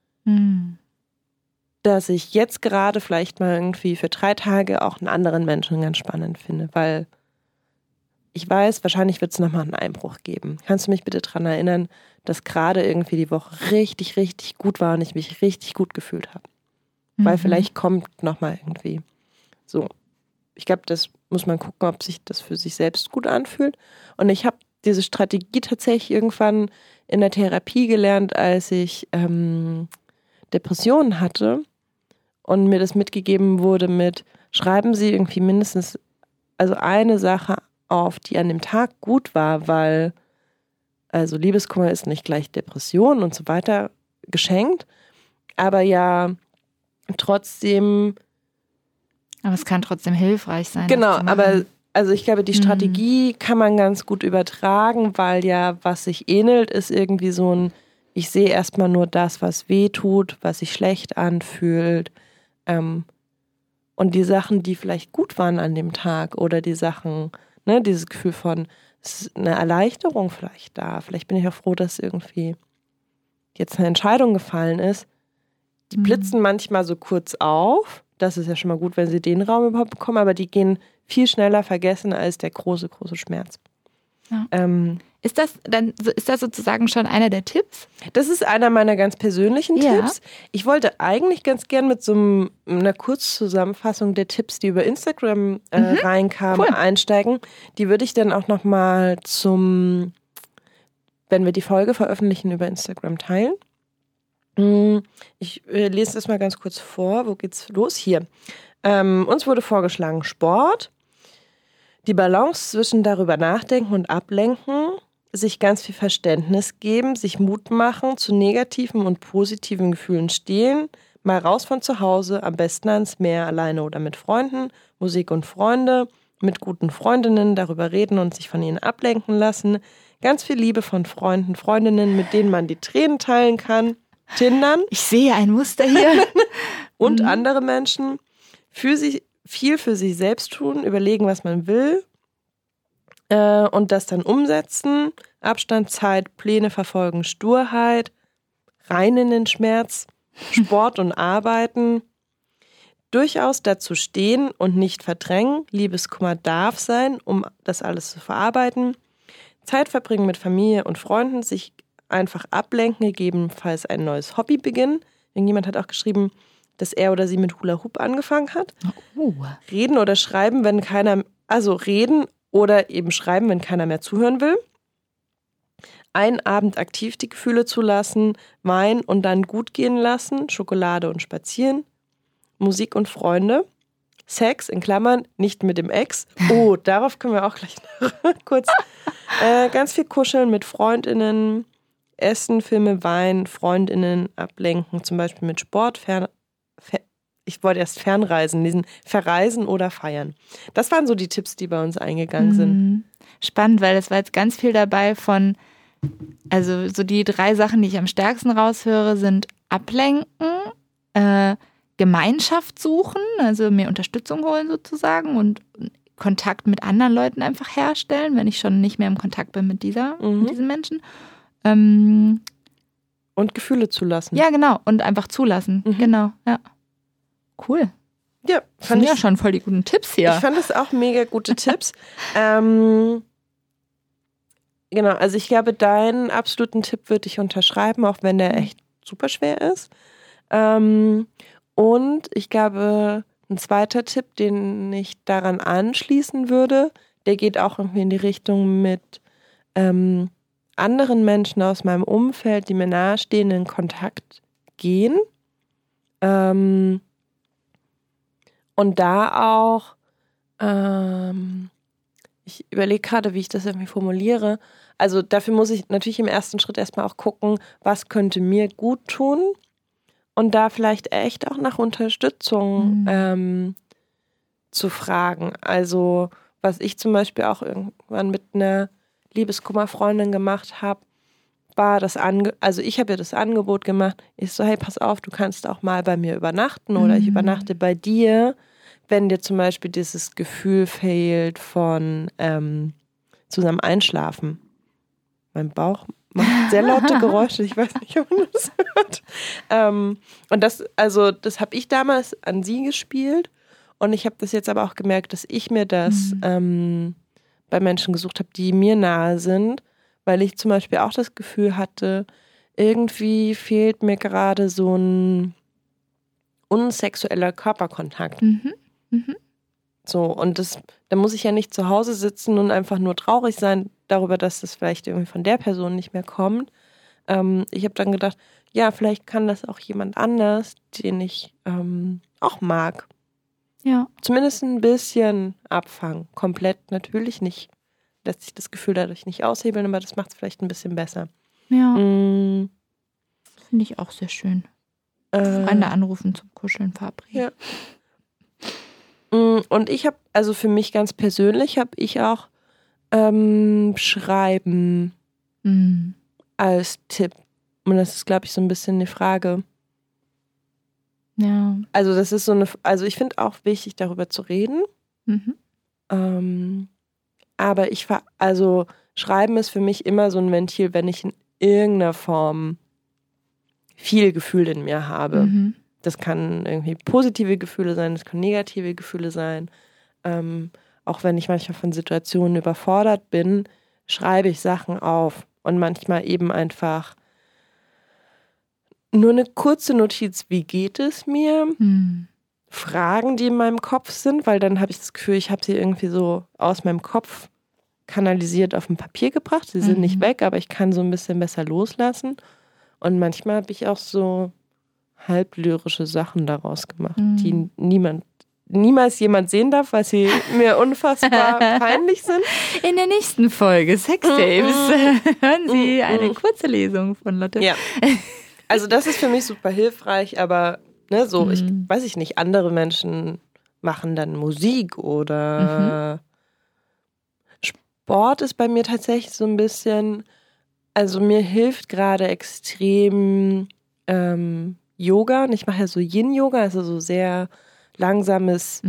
dass ich jetzt gerade vielleicht mal irgendwie für 3 Tage auch einen anderen Menschen ganz spannend finde, weil ich weiß, wahrscheinlich wird es nochmal einen Einbruch geben. Kannst du mich bitte dran erinnern, dass gerade irgendwie die Woche richtig, richtig gut war und ich mich richtig gut gefühlt habe? Weil vielleicht kommt nochmal irgendwie so. Ich glaube, das muss man gucken, ob sich das für sich selbst gut anfühlt. Und ich habe diese Strategie tatsächlich irgendwann in der Therapie gelernt, als ich Depressionen hatte und mir das mitgegeben wurde mit, schreiben Sie irgendwie mindestens also eine Sache auf, die an dem Tag gut war, weil also Liebeskummer ist nicht gleich Depression und so weiter geschenkt, aber ja trotzdem. Aber es kann trotzdem hilfreich sein. Genau, aber also ich glaube, die Strategie kann man ganz gut übertragen, weil ja, was sich ähnelt, ist irgendwie so ein, ich sehe erstmal nur das, was weh tut, was sich schlecht anfühlt. Und die Sachen, die vielleicht gut waren an dem Tag oder die Sachen, ne, dieses Gefühl von, es ist eine Erleichterung vielleicht da. Vielleicht bin ich auch froh, dass irgendwie jetzt eine Entscheidung gefallen ist. Die blitzen manchmal so kurz auf. Das ist ja schon mal gut, wenn sie den Raum überhaupt bekommen, aber die gehen viel schneller vergessen als der große, große Schmerz. Ja. Ist das sozusagen schon einer der Tipps? Das ist einer meiner ganz persönlichen Tipps. Ich wollte eigentlich ganz gern mit so einer Kurzzusammenfassung der Tipps, die über Instagram reinkamen, einsteigen. Die würde ich dann auch nochmal wenn wir die Folge veröffentlichen, über Instagram teilen. Ich lese das mal ganz kurz vor. Wo geht's los? Hier. Uns wurde vorgeschlagen Sport, die Balance zwischen darüber nachdenken und ablenken, sich ganz viel Verständnis geben, sich Mut machen, zu negativen und positiven Gefühlen stehen, mal raus von zu Hause, am besten ans Meer, alleine oder mit Freunden, Musik und Freunde, mit guten Freundinnen darüber reden und sich von ihnen ablenken lassen, ganz viel Liebe von Freunden, Freundinnen, mit denen man die Tränen teilen kann, Tindern. Ich sehe ein Muster hier. Und andere Menschen viel für sich selbst tun, überlegen, was man will und das dann umsetzen. Abstand, Zeit, Pläne verfolgen, Sturheit, rein in den Schmerz, Sport und Arbeiten. Durchaus dazu stehen und nicht verdrängen. Liebeskummer darf sein, um das alles zu verarbeiten. Zeit verbringen mit Familie und Freunden, sich einfach ablenken, gegebenenfalls ein neues Hobby beginnen. Irgendjemand hat auch geschrieben, dass er oder sie mit Hula Hoop angefangen hat. Reden oder schreiben, reden oder eben schreiben, wenn keiner mehr zuhören will. Einen Abend aktiv die Gefühle zulassen, Wein und dann gut gehen lassen, Schokolade und spazieren, Musik und Freunde, Sex, in Klammern, nicht mit dem Ex. Oh, darauf können wir auch gleich noch kurz. Ganz viel kuscheln mit FreundInnen, Essen, Filme, Wein, FreundInnen ablenken, zum Beispiel mit Sport, ich wollte erst Fernreisen lesen, verreisen oder feiern. Das waren so die Tipps, die bei uns eingegangen sind. Spannend, weil es war jetzt ganz viel dabei von, also so die 3 Sachen, die ich am stärksten raushöre, sind ablenken, Gemeinschaft suchen, also mir Unterstützung holen sozusagen und Kontakt mit anderen Leuten einfach herstellen, wenn ich schon nicht mehr im Kontakt bin mit diesen Menschen. Und Gefühle zulassen. Ja, genau. Und einfach zulassen. Genau, ja. Cool. Ja, fand ich ja schon voll die guten Tipps hier. Ich fand es auch mega gute Tipps. Genau, also ich glaube, deinen absoluten Tipp würde ich unterschreiben, auch wenn der echt super schwer ist. Und ich glaube, ein zweiter Tipp, den ich daran anschließen würde, der geht auch irgendwie in die Richtung mit anderen Menschen aus meinem Umfeld, die mir nahestehen, in Kontakt gehen. Und da auch, ich überlege gerade, wie ich das irgendwie formuliere. Also dafür muss ich natürlich im ersten Schritt erstmal auch gucken, was könnte mir gut tun und da vielleicht echt auch nach Unterstützung zu fragen. Also was ich zum Beispiel auch irgendwann mit einer Liebeskummerfreundin gemacht habe, war also ich habe ihr das Angebot gemacht, ich so, hey, pass auf, du kannst auch mal bei mir übernachten oder ich übernachte bei dir, wenn dir zum Beispiel dieses Gefühl fehlt von zusammen einschlafen. Mein Bauch macht sehr laute Geräusche, ich weiß nicht, ob man das hört. Und das habe ich damals an sie gespielt und ich habe das jetzt aber auch gemerkt, dass ich mir das bei Menschen gesucht habe, die mir nahe sind, weil ich zum Beispiel auch das Gefühl hatte, irgendwie fehlt mir gerade so ein unsexueller Körperkontakt. So, und da muss ich ja nicht zu Hause sitzen und einfach nur traurig sein darüber, dass das vielleicht irgendwie von der Person nicht mehr kommt. Ich habe dann gedacht, ja, vielleicht kann das auch jemand anders, den ich auch mag. Ja. Zumindest ein bisschen abfangen. Komplett natürlich nicht. Lässt sich das Gefühl dadurch nicht aushebeln, aber das macht es vielleicht ein bisschen besser. Ja. Finde ich auch sehr schön. Freunde anrufen, zum Kuscheln verabreden. Ja. Und ich habe, also für mich ganz persönlich, habe ich auch Schreiben als Tipp. Und das ist, glaube ich, so ein bisschen eine Frage. Ja. Also das ist also ich finde auch wichtig, darüber zu reden. Aber also Schreiben ist für mich immer so ein Ventil, wenn ich in irgendeiner Form viel Gefühl in mir habe. Das kann irgendwie positive Gefühle sein, das können negative Gefühle sein. Auch wenn ich manchmal von Situationen überfordert bin, schreibe ich Sachen auf. Und manchmal eben einfach nur eine kurze Notiz, wie geht es mir? Fragen, die in meinem Kopf sind, weil dann habe ich das Gefühl, ich habe sie irgendwie so aus meinem Kopf kanalisiert auf ein Papier gebracht. Sie sind nicht weg, aber ich kann so ein bisschen besser loslassen. Und manchmal habe ich auch so halb lyrische Sachen daraus gemacht, die niemals jemand sehen darf, weil sie mir unfassbar peinlich sind. In der nächsten Folge Sextapes hören Sie eine kurze Lesung von Lotte. Ja. Also das ist für mich super hilfreich, aber ne, so, ich weiß nicht, andere Menschen machen dann Musik oder Sport ist bei mir tatsächlich so ein bisschen, also mir hilft gerade extrem Yoga und ich mache ja so Yin-Yoga, also so sehr langsames,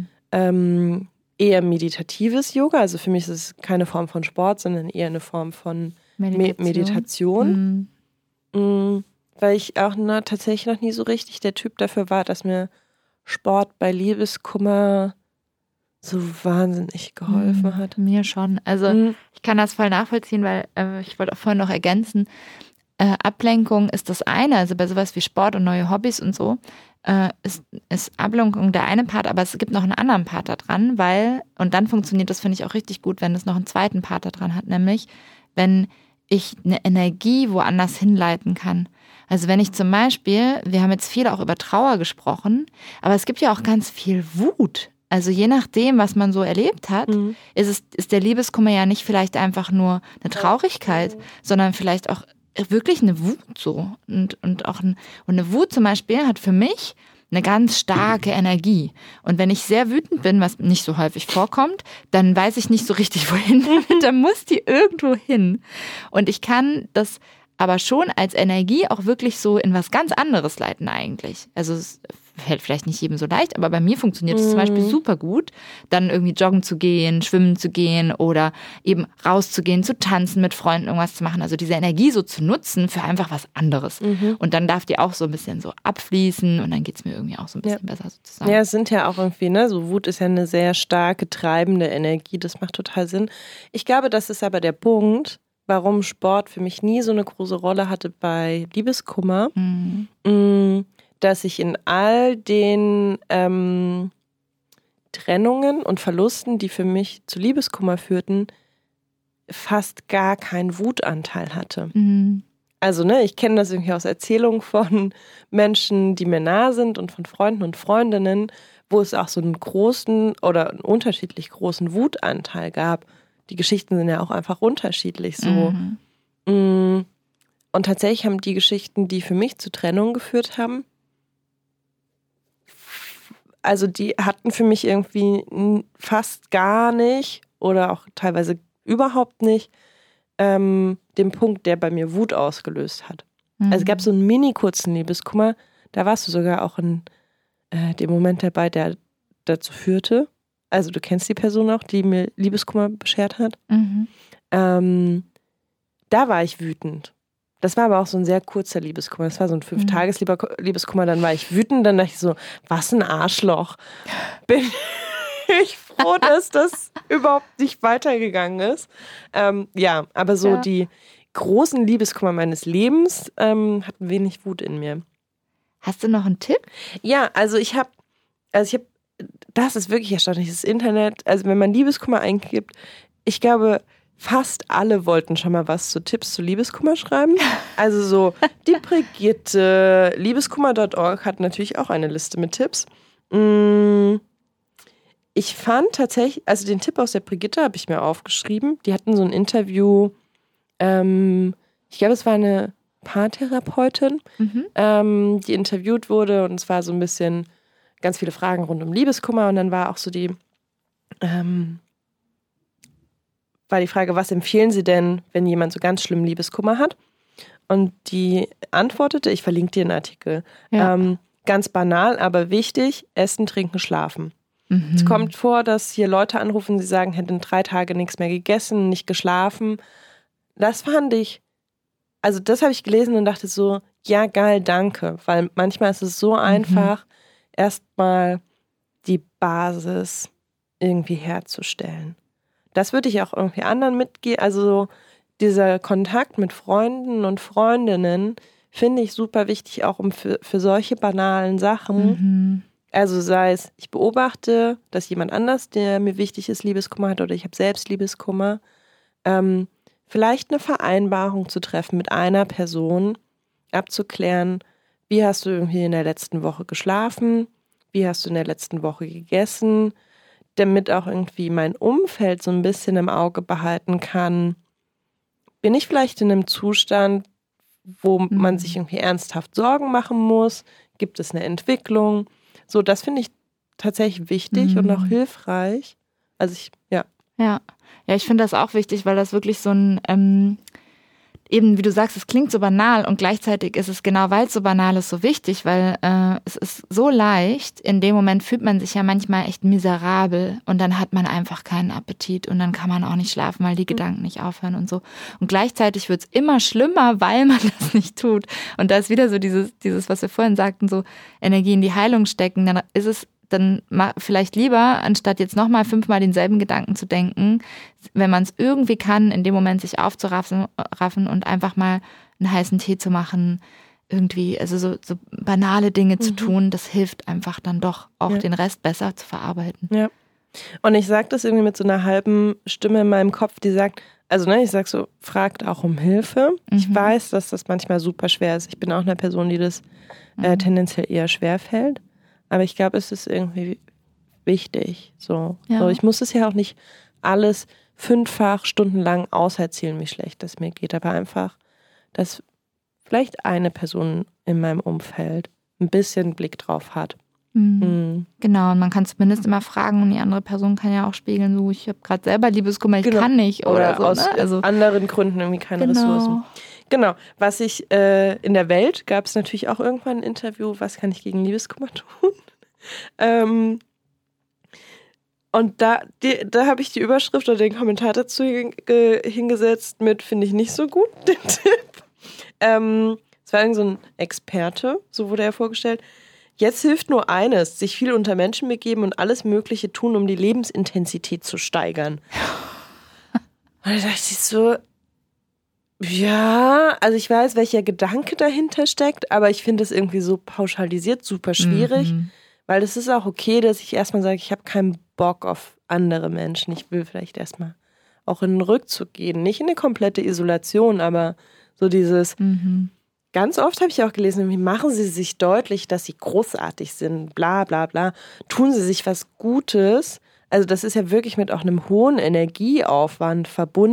eher meditatives Yoga. Also für mich ist es keine Form von Sport, sondern eher eine Form von Meditation. Weil ich auch tatsächlich noch nie so richtig der Typ dafür war, dass mir Sport bei Liebeskummer so wahnsinnig geholfen hat. Mir schon. Also ich kann das voll nachvollziehen, weil ich wollte auch vorhin noch ergänzen, Ablenkung ist das eine, also bei sowas wie Sport und neue Hobbys und so, ist Ablenkung der eine Part, aber es gibt noch einen anderen Part da dran, und dann funktioniert das, finde ich, auch richtig gut, wenn es noch einen zweiten Part da dran hat, nämlich wenn ich eine Energie woanders hinleiten kann. Also wenn ich zum Beispiel, wir haben jetzt viel auch über Trauer gesprochen, aber es gibt ja auch ganz viel Wut. Also je nachdem, was man so erlebt hat, ist der Liebeskummer ja nicht vielleicht einfach nur eine Traurigkeit, sondern vielleicht auch wirklich eine Wut so. Und eine Wut zum Beispiel hat für mich eine ganz starke Energie. Und wenn ich sehr wütend bin, was nicht so häufig vorkommt, dann weiß ich nicht so richtig, wohin damit. Dann muss die irgendwo hin. Und ich kann das aber schon als Energie auch wirklich so in was ganz anderes leiten eigentlich. Also es fällt vielleicht nicht jedem so leicht, aber bei mir funktioniert es zum Beispiel super gut, dann irgendwie joggen zu gehen, schwimmen zu gehen oder eben rauszugehen, zu tanzen, mit Freunden irgendwas zu machen. Also diese Energie so zu nutzen für einfach was anderes. Und dann darf die auch so ein bisschen so abfließen und dann geht es mir irgendwie auch so ein bisschen besser sozusagen. Ja, es sind ja auch irgendwie, ne, so Wut ist ja eine sehr starke, treibende Energie. Das macht total Sinn. Ich glaube, das ist aber der Punkt, warum Sport für mich nie so eine große Rolle hatte bei Liebeskummer, dass ich in all den Trennungen und Verlusten, die für mich zu Liebeskummer führten, fast gar keinen Wutanteil hatte. Also, ne, ich kenne das irgendwie aus Erzählungen von Menschen, die mir nahe sind und von Freunden und Freundinnen, wo es auch so einen großen oder einen unterschiedlich großen Wutanteil gab. Die Geschichten sind ja auch einfach unterschiedlich so. Und tatsächlich haben die Geschichten, die für mich zu Trennung geführt haben, also die hatten für mich irgendwie fast gar nicht oder auch teilweise überhaupt nicht den Punkt, der bei mir Wut ausgelöst hat. Also es gab so einen mini kurzen Liebeskummer, da warst du sogar auch in dem Moment dabei, der dazu führte. Also du kennst die Person auch, die mir Liebeskummer beschert hat. Da war ich wütend. Das war aber auch so ein sehr kurzer Liebeskummer. Das war so ein 5-Tages-Liebeskummer. Dann war ich wütend. Dann dachte ich so, was ein Arschloch. Bin ich froh, dass das überhaupt nicht weitergegangen ist. Aber so die großen Liebeskummer meines Lebens hatten wenig Wut in mir. Hast du noch einen Tipp? Ja, also ich habe, das ist wirklich erstaunlich, das Internet, also wenn man Liebeskummer eingibt, ich glaube, fast alle wollten schon mal was zu Tipps zu Liebeskummer schreiben. Also so die Brigitte, liebeskummer.org hat natürlich auch eine Liste mit Tipps. Ich fand tatsächlich, also den Tipp aus der Brigitte habe ich mir aufgeschrieben. Die hatten so ein Interview, ich glaube, es war eine Paartherapeutin, die interviewt wurde und es war so ein bisschen ganz viele Fragen rund um Liebeskummer und dann war auch so die Frage, was empfehlen Sie denn, wenn jemand so ganz schlimm Liebeskummer hat? Und die antwortete, ich verlinke dir einen Artikel, ganz banal, aber wichtig, essen, trinken, schlafen. Es kommt vor, dass hier Leute anrufen, sie sagen, hätten 3 Tage nichts mehr gegessen, nicht geschlafen. Das fand ich, also das habe ich gelesen und dachte so, ja geil, danke. Weil manchmal ist es so einfach, erstmal die Basis irgendwie herzustellen. Das würde ich auch irgendwie anderen mitgeben. Also so dieser Kontakt mit Freunden und Freundinnen finde ich super wichtig, auch für solche banalen Sachen. Also sei es, ich beobachte, dass jemand anders, der mir wichtig ist, Liebeskummer hat oder ich habe selbst Liebeskummer. Vielleicht eine Vereinbarung zu treffen mit einer Person, abzuklären, wie hast du irgendwie in der letzten Woche geschlafen, wie hast du in der letzten Woche gegessen, damit auch irgendwie mein Umfeld so ein bisschen im Auge behalten kann, bin ich vielleicht in einem Zustand, wo man sich irgendwie ernsthaft Sorgen machen muss, gibt es eine Entwicklung, so das finde ich tatsächlich wichtig und auch hilfreich. Also Ja, ich finde das auch wichtig, weil das wirklich so ein, eben wie du sagst, es klingt so banal und gleichzeitig ist es genau, weil es so banal ist, so wichtig, weil es ist so leicht, in dem Moment fühlt man sich ja manchmal echt miserabel und dann hat man einfach keinen Appetit und dann kann man auch nicht schlafen, weil die Gedanken nicht aufhören und so. Und gleichzeitig wird es immer schlimmer, weil man das nicht tut. Und da ist wieder so dieses, was wir vorhin sagten, so Energie in die Heilung stecken, dann ist es dann vielleicht lieber, anstatt jetzt nochmal 5-mal denselben Gedanken zu denken, wenn man es irgendwie kann, in dem Moment sich aufzuraffen und einfach mal einen heißen Tee zu machen, irgendwie, also so banale Dinge zu tun, das hilft einfach dann doch auch den Rest besser zu verarbeiten. Ja. Und ich sage das irgendwie mit so einer halben Stimme in meinem Kopf, die sagt, also ich sage so, fragt auch um Hilfe. Ich weiß, dass das manchmal super schwer ist. Ich bin auch eine Person, die das tendenziell eher schwer fällt. Aber ich glaube, es ist irgendwie wichtig. So, ich muss es ja auch nicht alles 5-fach stundenlang auserzählen, wie schlecht es mir geht. Aber einfach, dass vielleicht eine Person in meinem Umfeld ein bisschen Blick drauf hat. Genau, und man kann zumindest immer fragen und die andere Person kann ja auch spiegeln, so ich habe gerade selber Liebeskummer, ich kann nicht. Oder so, aus anderen Gründen irgendwie keine Ressourcen. Genau, was ich in der Welt gab es natürlich auch irgendwann ein Interview, was kann ich gegen Liebeskummer tun? Und da habe ich die Überschrift oder den Kommentar dazu hingesetzt mit, finde ich nicht so gut, den Tipp. Es war irgend so ein Experte, so wurde er vorgestellt. Jetzt hilft nur eines, sich viel unter Menschen begeben und alles Mögliche tun, um die Lebensintensität zu steigern. Und da dachte ich so, ja, also ich weiß, welcher Gedanke dahinter steckt, aber ich finde es irgendwie so pauschalisiert super schwierig, weil es ist auch okay, dass ich erstmal sage, ich habe keinen Bock auf andere Menschen. Ich will vielleicht erstmal auch in den Rückzug gehen, nicht in eine komplette Isolation, aber so dieses, ganz oft habe ich auch gelesen, wie machen sie sich deutlich, dass sie großartig sind, bla bla bla, tun sie sich was Gutes. Also das ist ja wirklich mit auch einem hohen Energieaufwand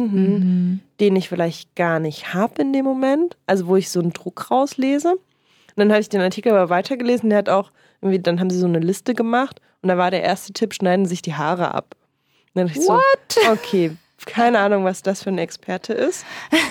verbunden, den ich vielleicht gar nicht habe in dem Moment, also wo ich so einen Druck rauslese. dann habe ich den Artikel aber weitergelesen, der hat auch irgendwie, dann haben sie so eine Liste gemacht und da war der erste Tipp, schneiden sich die Haare ab. Und dann dachte ich so, okay, keine Ahnung, was das für ein Experte ist.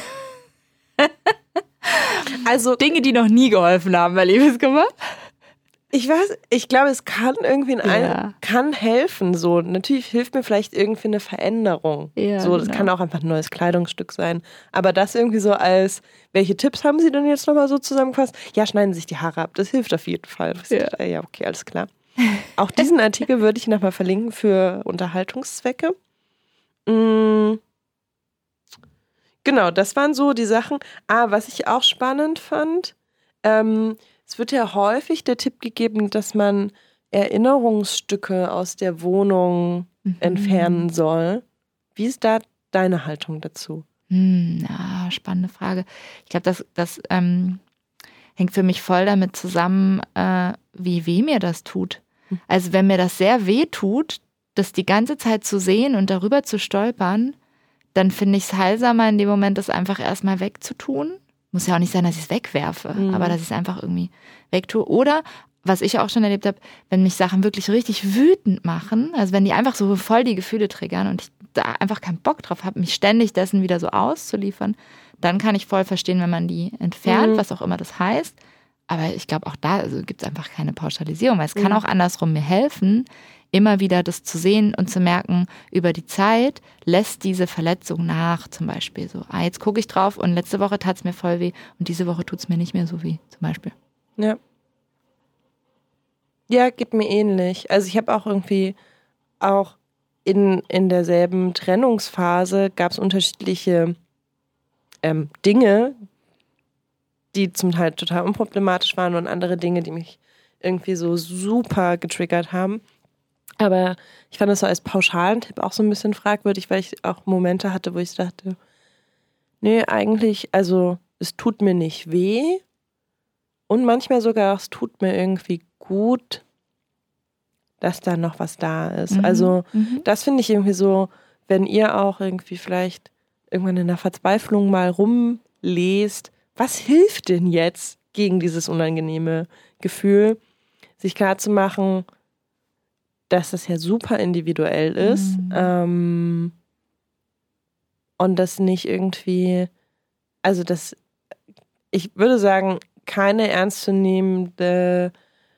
Also Dinge, die noch nie geholfen haben bei Liebeskummer. Ich glaube, es kann irgendwie kann helfen. So, natürlich hilft mir vielleicht irgendwie eine Veränderung. Ja, so, das kann auch einfach ein neues Kleidungsstück sein. Aber das irgendwie so als, welche Tipps haben Sie denn jetzt nochmal so zusammengefasst? Ja, schneiden Sie sich die Haare ab. Das hilft auf jeden Fall. Ja, okay, alles klar. Auch diesen Artikel würde ich nochmal verlinken für Unterhaltungszwecke. Genau, das waren so die Sachen. Was ich auch spannend fand, es wird ja häufig der Tipp gegeben, dass man Erinnerungsstücke aus der Wohnung entfernen soll. Wie ist da deine Haltung dazu? Spannende Frage. Ich glaube, das hängt für mich voll damit zusammen, wie weh mir das tut. Also wenn mir das sehr weh tut, das die ganze Zeit zu sehen und darüber zu stolpern, dann finde ich es heilsamer in dem Moment, das einfach erstmal wegzutun. Muss ja auch nicht sein, dass ich es wegwerfe, aber dass ich es einfach irgendwie wegtue. Oder, was ich auch schon erlebt habe, wenn mich Sachen wirklich richtig wütend machen, also wenn die einfach so voll die Gefühle triggern und ich da einfach keinen Bock drauf habe, mich ständig dessen wieder so auszuliefern, dann kann ich voll verstehen, wenn man die entfernt, was auch immer das heißt. Aber ich glaube, auch da gibt es einfach keine Pauschalisierung, weil es kann auch andersrum mir helfen, immer wieder das zu sehen und zu merken, über die Zeit lässt diese Verletzung nach, zum Beispiel so. Jetzt gucke ich drauf und letzte Woche tat es mir voll weh und diese Woche tut es mir nicht mehr so weh, zum Beispiel. Ja, geht mir ähnlich. Also ich habe auch irgendwie auch in derselben Trennungsphase gab es unterschiedliche Dinge, die zum Teil total unproblematisch waren und andere Dinge, die mich irgendwie so super getriggert haben. Aber ich fand das so als pauschalen Tipp auch so ein bisschen fragwürdig, weil ich auch Momente hatte, wo ich dachte, nee, eigentlich, also es tut mir nicht weh und manchmal sogar auch, es tut mir irgendwie gut, dass da noch was da ist. Also das finde ich irgendwie so, wenn ihr auch irgendwie vielleicht irgendwann in der Verzweiflung mal rumlest, was hilft denn jetzt gegen dieses unangenehme Gefühl, sich klarzumachen, dass das ja super individuell ist und das nicht irgendwie, also das, ich würde sagen, keine ernstzunehmende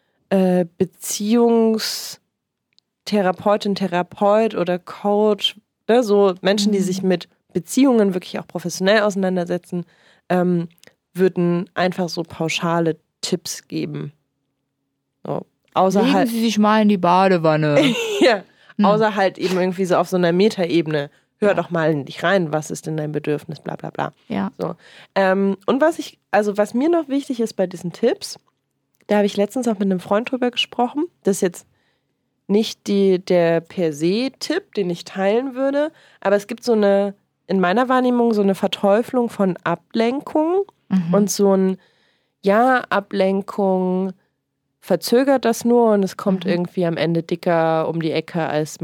Beziehungstherapeutin, Therapeut oder Coach, ne, so Menschen, die sich mit Beziehungen wirklich auch professionell auseinandersetzen, würden einfach so pauschale Tipps geben. So. Legen Sie sich mal in die Badewanne. Ja, außer halt eben irgendwie so auf so einer Metaebene. Hör doch mal in dich rein, was ist denn dein Bedürfnis, bla bla bla. Ja. So. Und was mir noch wichtig ist bei diesen Tipps, da habe ich letztens auch mit einem Freund drüber gesprochen. Das ist jetzt nicht der per se Tipp, den ich teilen würde, aber es gibt so eine, in meiner Wahrnehmung, so eine Verteuflung von Ablenkung und so ein, Ablenkung verzögert das nur und es kommt irgendwie am Ende dicker um die Ecke als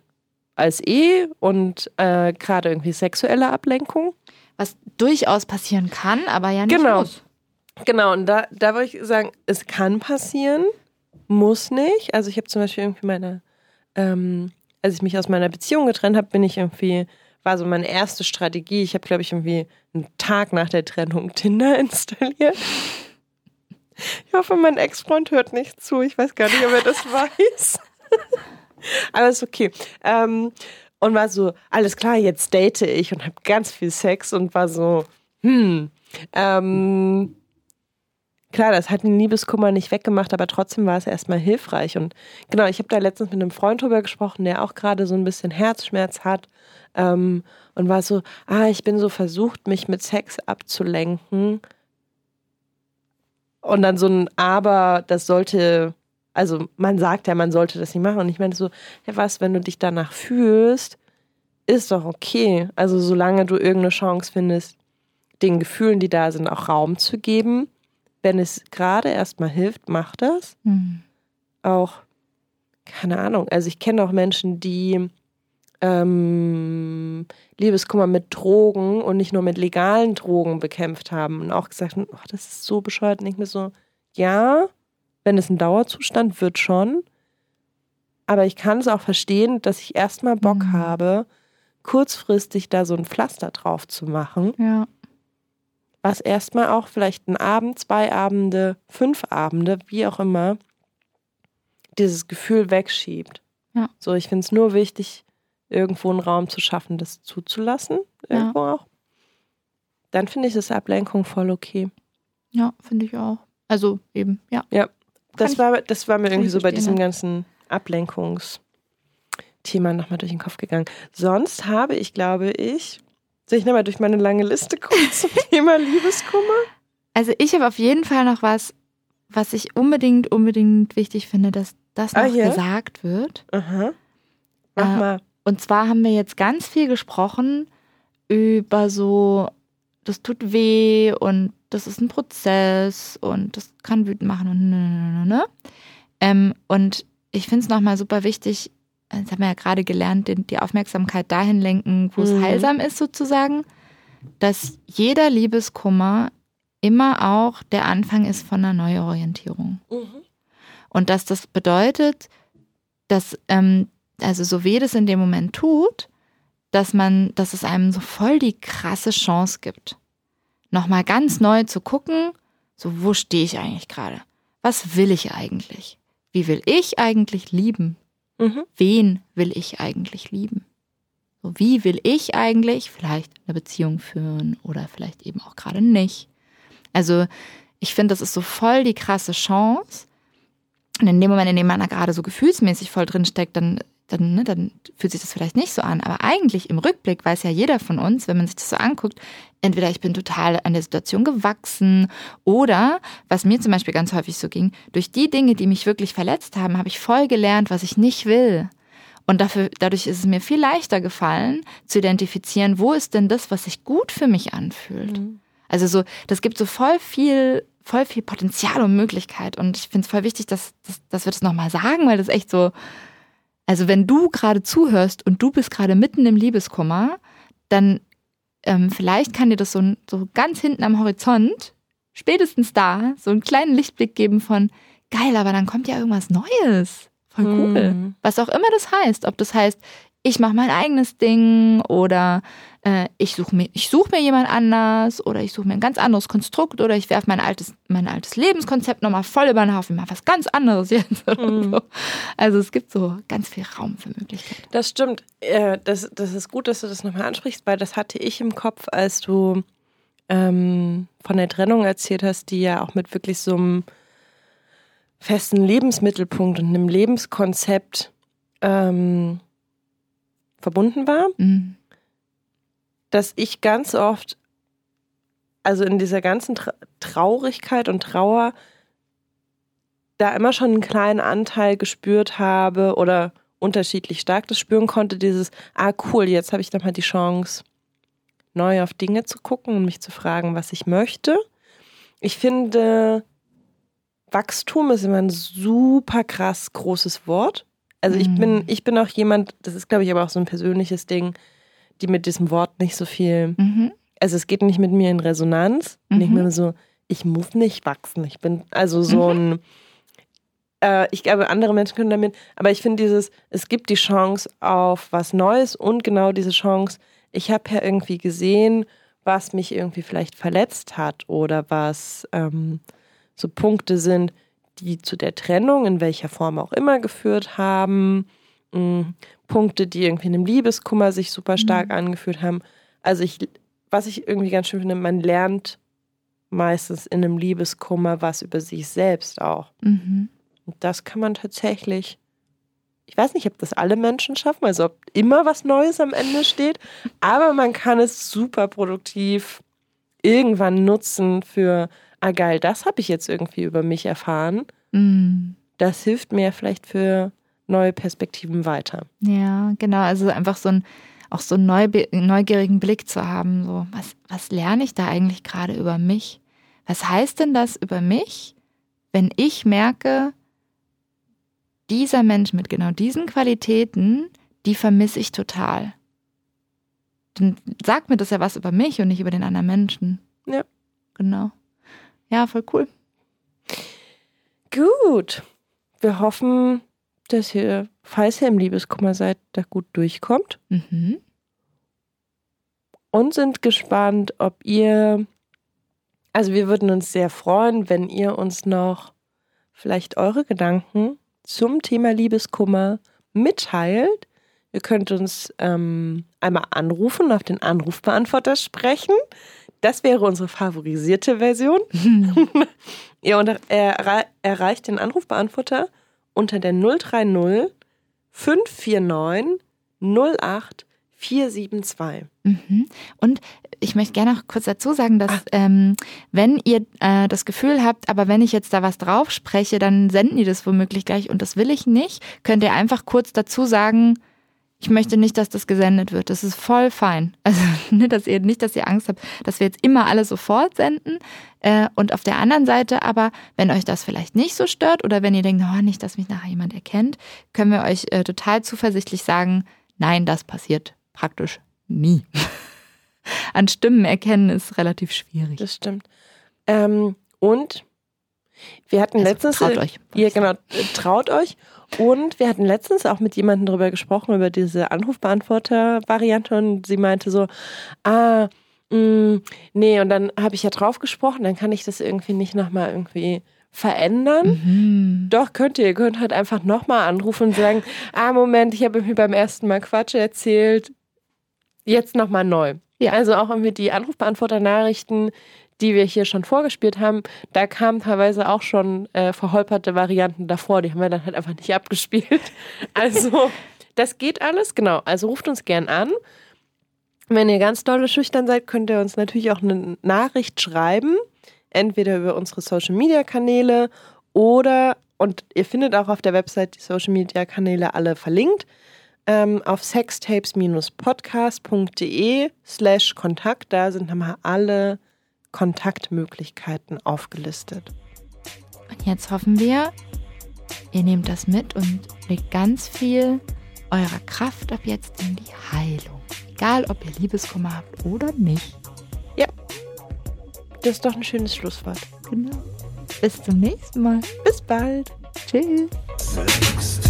und gerade irgendwie sexuelle Ablenkung. Was durchaus passieren kann, aber ja nicht muss. Genau, und da würde ich sagen, es kann passieren, muss nicht. Also ich habe zum Beispiel irgendwie als ich mich aus meiner Beziehung getrennt habe, war so meine erste Strategie. Ich habe, glaube ich, irgendwie einen Tag nach der Trennung Tinder installiert. Ich hoffe, mein Ex-Freund hört nicht zu. Ich weiß gar nicht, ob er das weiß. Aber ist okay. Und war so, alles klar, jetzt date ich und habe ganz viel Sex und war so, klar, das hat den Liebeskummer nicht weggemacht, aber trotzdem war es erstmal hilfreich. Und genau, ich habe da letztens mit einem Freund drüber gesprochen, der auch gerade so ein bisschen Herzschmerz hat und war so, ich bin so versucht, mich mit Sex abzulenken. Und dann so ein Aber, das sollte, also man sagt ja, man sollte das nicht machen. Und ich meine so, wenn du dich danach fühlst, ist doch okay. Also solange du irgendeine Chance findest, den Gefühlen, die da sind, auch Raum zu geben. Wenn es gerade erstmal hilft, mach das. Auch, keine Ahnung, also ich kenne auch Menschen, die Liebeskummer mit Drogen und nicht nur mit legalen Drogen bekämpft haben und auch gesagt haben, das ist so bescheuert, nicht mehr so, ja, wenn es ein Dauerzustand wird, schon. Aber ich kann es auch verstehen, dass ich erstmal Bock habe, kurzfristig da so ein Pflaster drauf zu machen. Ja. Was erstmal auch vielleicht einen Abend, 2 Abende, 5 Abende, wie auch immer, dieses Gefühl wegschiebt. Ja. So, ich finde es nur wichtig, irgendwo einen Raum zu schaffen, das zuzulassen. Irgendwo auch. Dann finde ich das Ablenkung voll okay. Ja, finde ich auch. Also eben, ja. Ja, das war mir irgendwie so bei diesem ja. ganzen Ablenkungsthema nochmal durch den Kopf gegangen. Sonst habe ich, glaube ich, soll ich nochmal durch meine lange Liste gucken zum Thema Liebeskummer? Also ich habe auf jeden Fall noch was ich unbedingt wichtig finde, dass das noch gesagt wird. Aha. Mach mal. Und zwar haben wir jetzt ganz viel gesprochen über so, das tut weh und das ist ein Prozess und das kann wütend machen und und ich finde es nochmal super wichtig, das haben wir ja gerade gelernt, die Aufmerksamkeit dahin lenken, wo es heilsam ist sozusagen, dass jeder Liebeskummer immer auch der Anfang ist von einer Neuorientierung. Und dass das bedeutet, dass, also so weh das in dem Moment tut, dass es einem so voll die krasse Chance gibt, nochmal ganz neu zu gucken, so wo stehe ich eigentlich gerade? Was will ich eigentlich? Wie will ich eigentlich lieben? Wen will ich eigentlich lieben? So, wie will ich eigentlich vielleicht eine Beziehung führen oder vielleicht eben auch gerade nicht? Also ich finde, das ist so voll die krasse Chance. Und in dem Moment, in dem man da gerade so gefühlsmäßig voll drin steckt, dann fühlt sich das vielleicht nicht so an. Aber eigentlich im Rückblick weiß ja jeder von uns, wenn man sich das so anguckt, entweder ich bin total an der Situation gewachsen oder, was mir zum Beispiel ganz häufig so ging, durch die Dinge, die mich wirklich verletzt haben, habe ich voll gelernt, was ich nicht will. Und dadurch ist es mir viel leichter gefallen, zu identifizieren, wo ist denn das, was sich gut für mich anfühlt. Also so, das gibt so voll viel Potenzial und Möglichkeit. Und ich finde es voll wichtig, dass wir das nochmal sagen, weil das echt so, also wenn du gerade zuhörst und du bist gerade mitten im Liebeskummer, dann vielleicht kann dir das so ganz hinten am Horizont, spätestens da, so einen kleinen Lichtblick geben von, geil, aber dann kommt ja irgendwas Neues. Voll cool. Was auch immer das heißt. Ob das heißt, ich mache mein eigenes Ding oder ich suche mir jemand anders oder ich suche mir ein ganz anderes Konstrukt oder ich werfe mein altes Lebenskonzept nochmal voll über den Haufen, mache was ganz anderes jetzt. Oder so. Also es gibt so ganz viel Raum für Möglichkeiten. Das stimmt. Das ist gut, dass du das nochmal ansprichst, weil das hatte ich im Kopf, als du von der Trennung erzählt hast, die ja auch mit wirklich so einem festen Lebensmittelpunkt und einem Lebenskonzept verbunden war, dass ich ganz oft, also in dieser ganzen Traurigkeit und Trauer, da immer schon einen kleinen Anteil gespürt habe oder unterschiedlich stark das spüren konnte, dieses, cool, jetzt habe ich nochmal die Chance, neu auf Dinge zu gucken und mich zu fragen, was ich möchte. Ich finde, Wachstum ist immer ein super krass großes Wort. Also ich bin auch jemand, das ist glaube ich aber auch so ein persönliches Ding, die mit diesem Wort nicht so viel, also es geht nicht mit mir in Resonanz. Nicht mehr so, ich muss nicht wachsen. Ich bin also so ein, ich glaube andere Menschen können damit, aber ich finde es gibt die Chance auf was Neues und genau diese Chance, ich habe ja irgendwie gesehen, was mich irgendwie vielleicht verletzt hat oder was so Punkte sind, die zu der Trennung in welcher Form auch immer geführt haben, Punkte, die irgendwie in einem Liebeskummer sich super stark angefühlt haben. Also was ich irgendwie ganz schön finde, man lernt meistens in einem Liebeskummer was über sich selbst auch. Und das kann man tatsächlich, ich weiß nicht, ob das alle Menschen schaffen, also ob immer was Neues am Ende steht, aber man kann es super produktiv irgendwann nutzen für, geil, das habe ich jetzt irgendwie über mich erfahren. Das hilft mir vielleicht für neue Perspektiven weiter. Ja, genau. Also einfach so einen neugierigen Blick zu haben. So, was lerne ich da eigentlich gerade über mich? Was heißt denn das über mich, wenn ich merke, dieser Mensch mit genau diesen Qualitäten, die vermisse ich total? Dann sagt mir das ja was über mich und nicht über den anderen Menschen. Ja. Genau. Ja, voll cool. Gut. Wir hoffen, dass ihr, falls ihr im Liebeskummer seid, da gut durchkommt. Mhm. Und sind gespannt, ob ihr, also wir würden uns sehr freuen, wenn ihr uns noch vielleicht eure Gedanken zum Thema Liebeskummer mitteilt. Ihr könnt uns einmal anrufen, auf den Anrufbeantworter sprechen. Das wäre unsere favorisierte Version. Ihr erreicht den Anrufbeantworter unter der 030 549 08 472. Mhm. Und ich möchte gerne noch kurz dazu sagen, dass wenn ihr das Gefühl habt, aber wenn ich jetzt da was drauf spreche, dann senden die das womöglich gleich und das will ich nicht, könnt ihr einfach kurz dazu sagen, ich möchte nicht, dass das gesendet wird. Das ist voll fein. Also dass ihr Angst habt, dass wir jetzt immer alles sofort senden. Und auf der anderen Seite aber, wenn euch das vielleicht nicht so stört oder wenn ihr denkt, oh, nicht, dass mich nachher jemand erkennt, können wir euch total zuversichtlich sagen, nein, das passiert praktisch nie. An Stimmen erkennen ist relativ schwierig. Das stimmt. Und wir hatten letztens... Traut euch. Ja, genau, traut euch. Und wir hatten letztens auch mit jemandem darüber gesprochen, über diese Anrufbeantworter-Variante und sie meinte so, nee, und dann habe ich ja drauf gesprochen, dann kann ich das irgendwie nicht nochmal irgendwie verändern. Mhm. Doch, ihr könnt halt einfach nochmal anrufen und sagen, Moment, ich habe mir beim ersten Mal Quatsch erzählt, jetzt nochmal neu. Ja. Also auch irgendwie die Anrufbeantworter-Nachrichten, die wir hier schon vorgespielt haben, da kamen teilweise auch schon verholperte Varianten davor, die haben wir dann halt einfach nicht abgespielt. Also das geht alles, genau. Also ruft uns gern an. Wenn ihr ganz dolle schüchtern seid, könnt ihr uns natürlich auch eine Nachricht schreiben, entweder über unsere Social-Media-Kanäle oder, und ihr findet auch auf der Website die Social-Media-Kanäle alle verlinkt, auf sextapes-podcast.de/Kontakt, da sind nochmal alle Kontaktmöglichkeiten aufgelistet. Und jetzt hoffen wir, ihr nehmt das mit und legt ganz viel eurer Kraft ab jetzt in die Heilung. Egal, ob ihr Liebeskummer habt oder nicht. Ja, das ist doch ein schönes Schlusswort. Genau. Bis zum nächsten Mal. Bis bald. Tschüss. Sex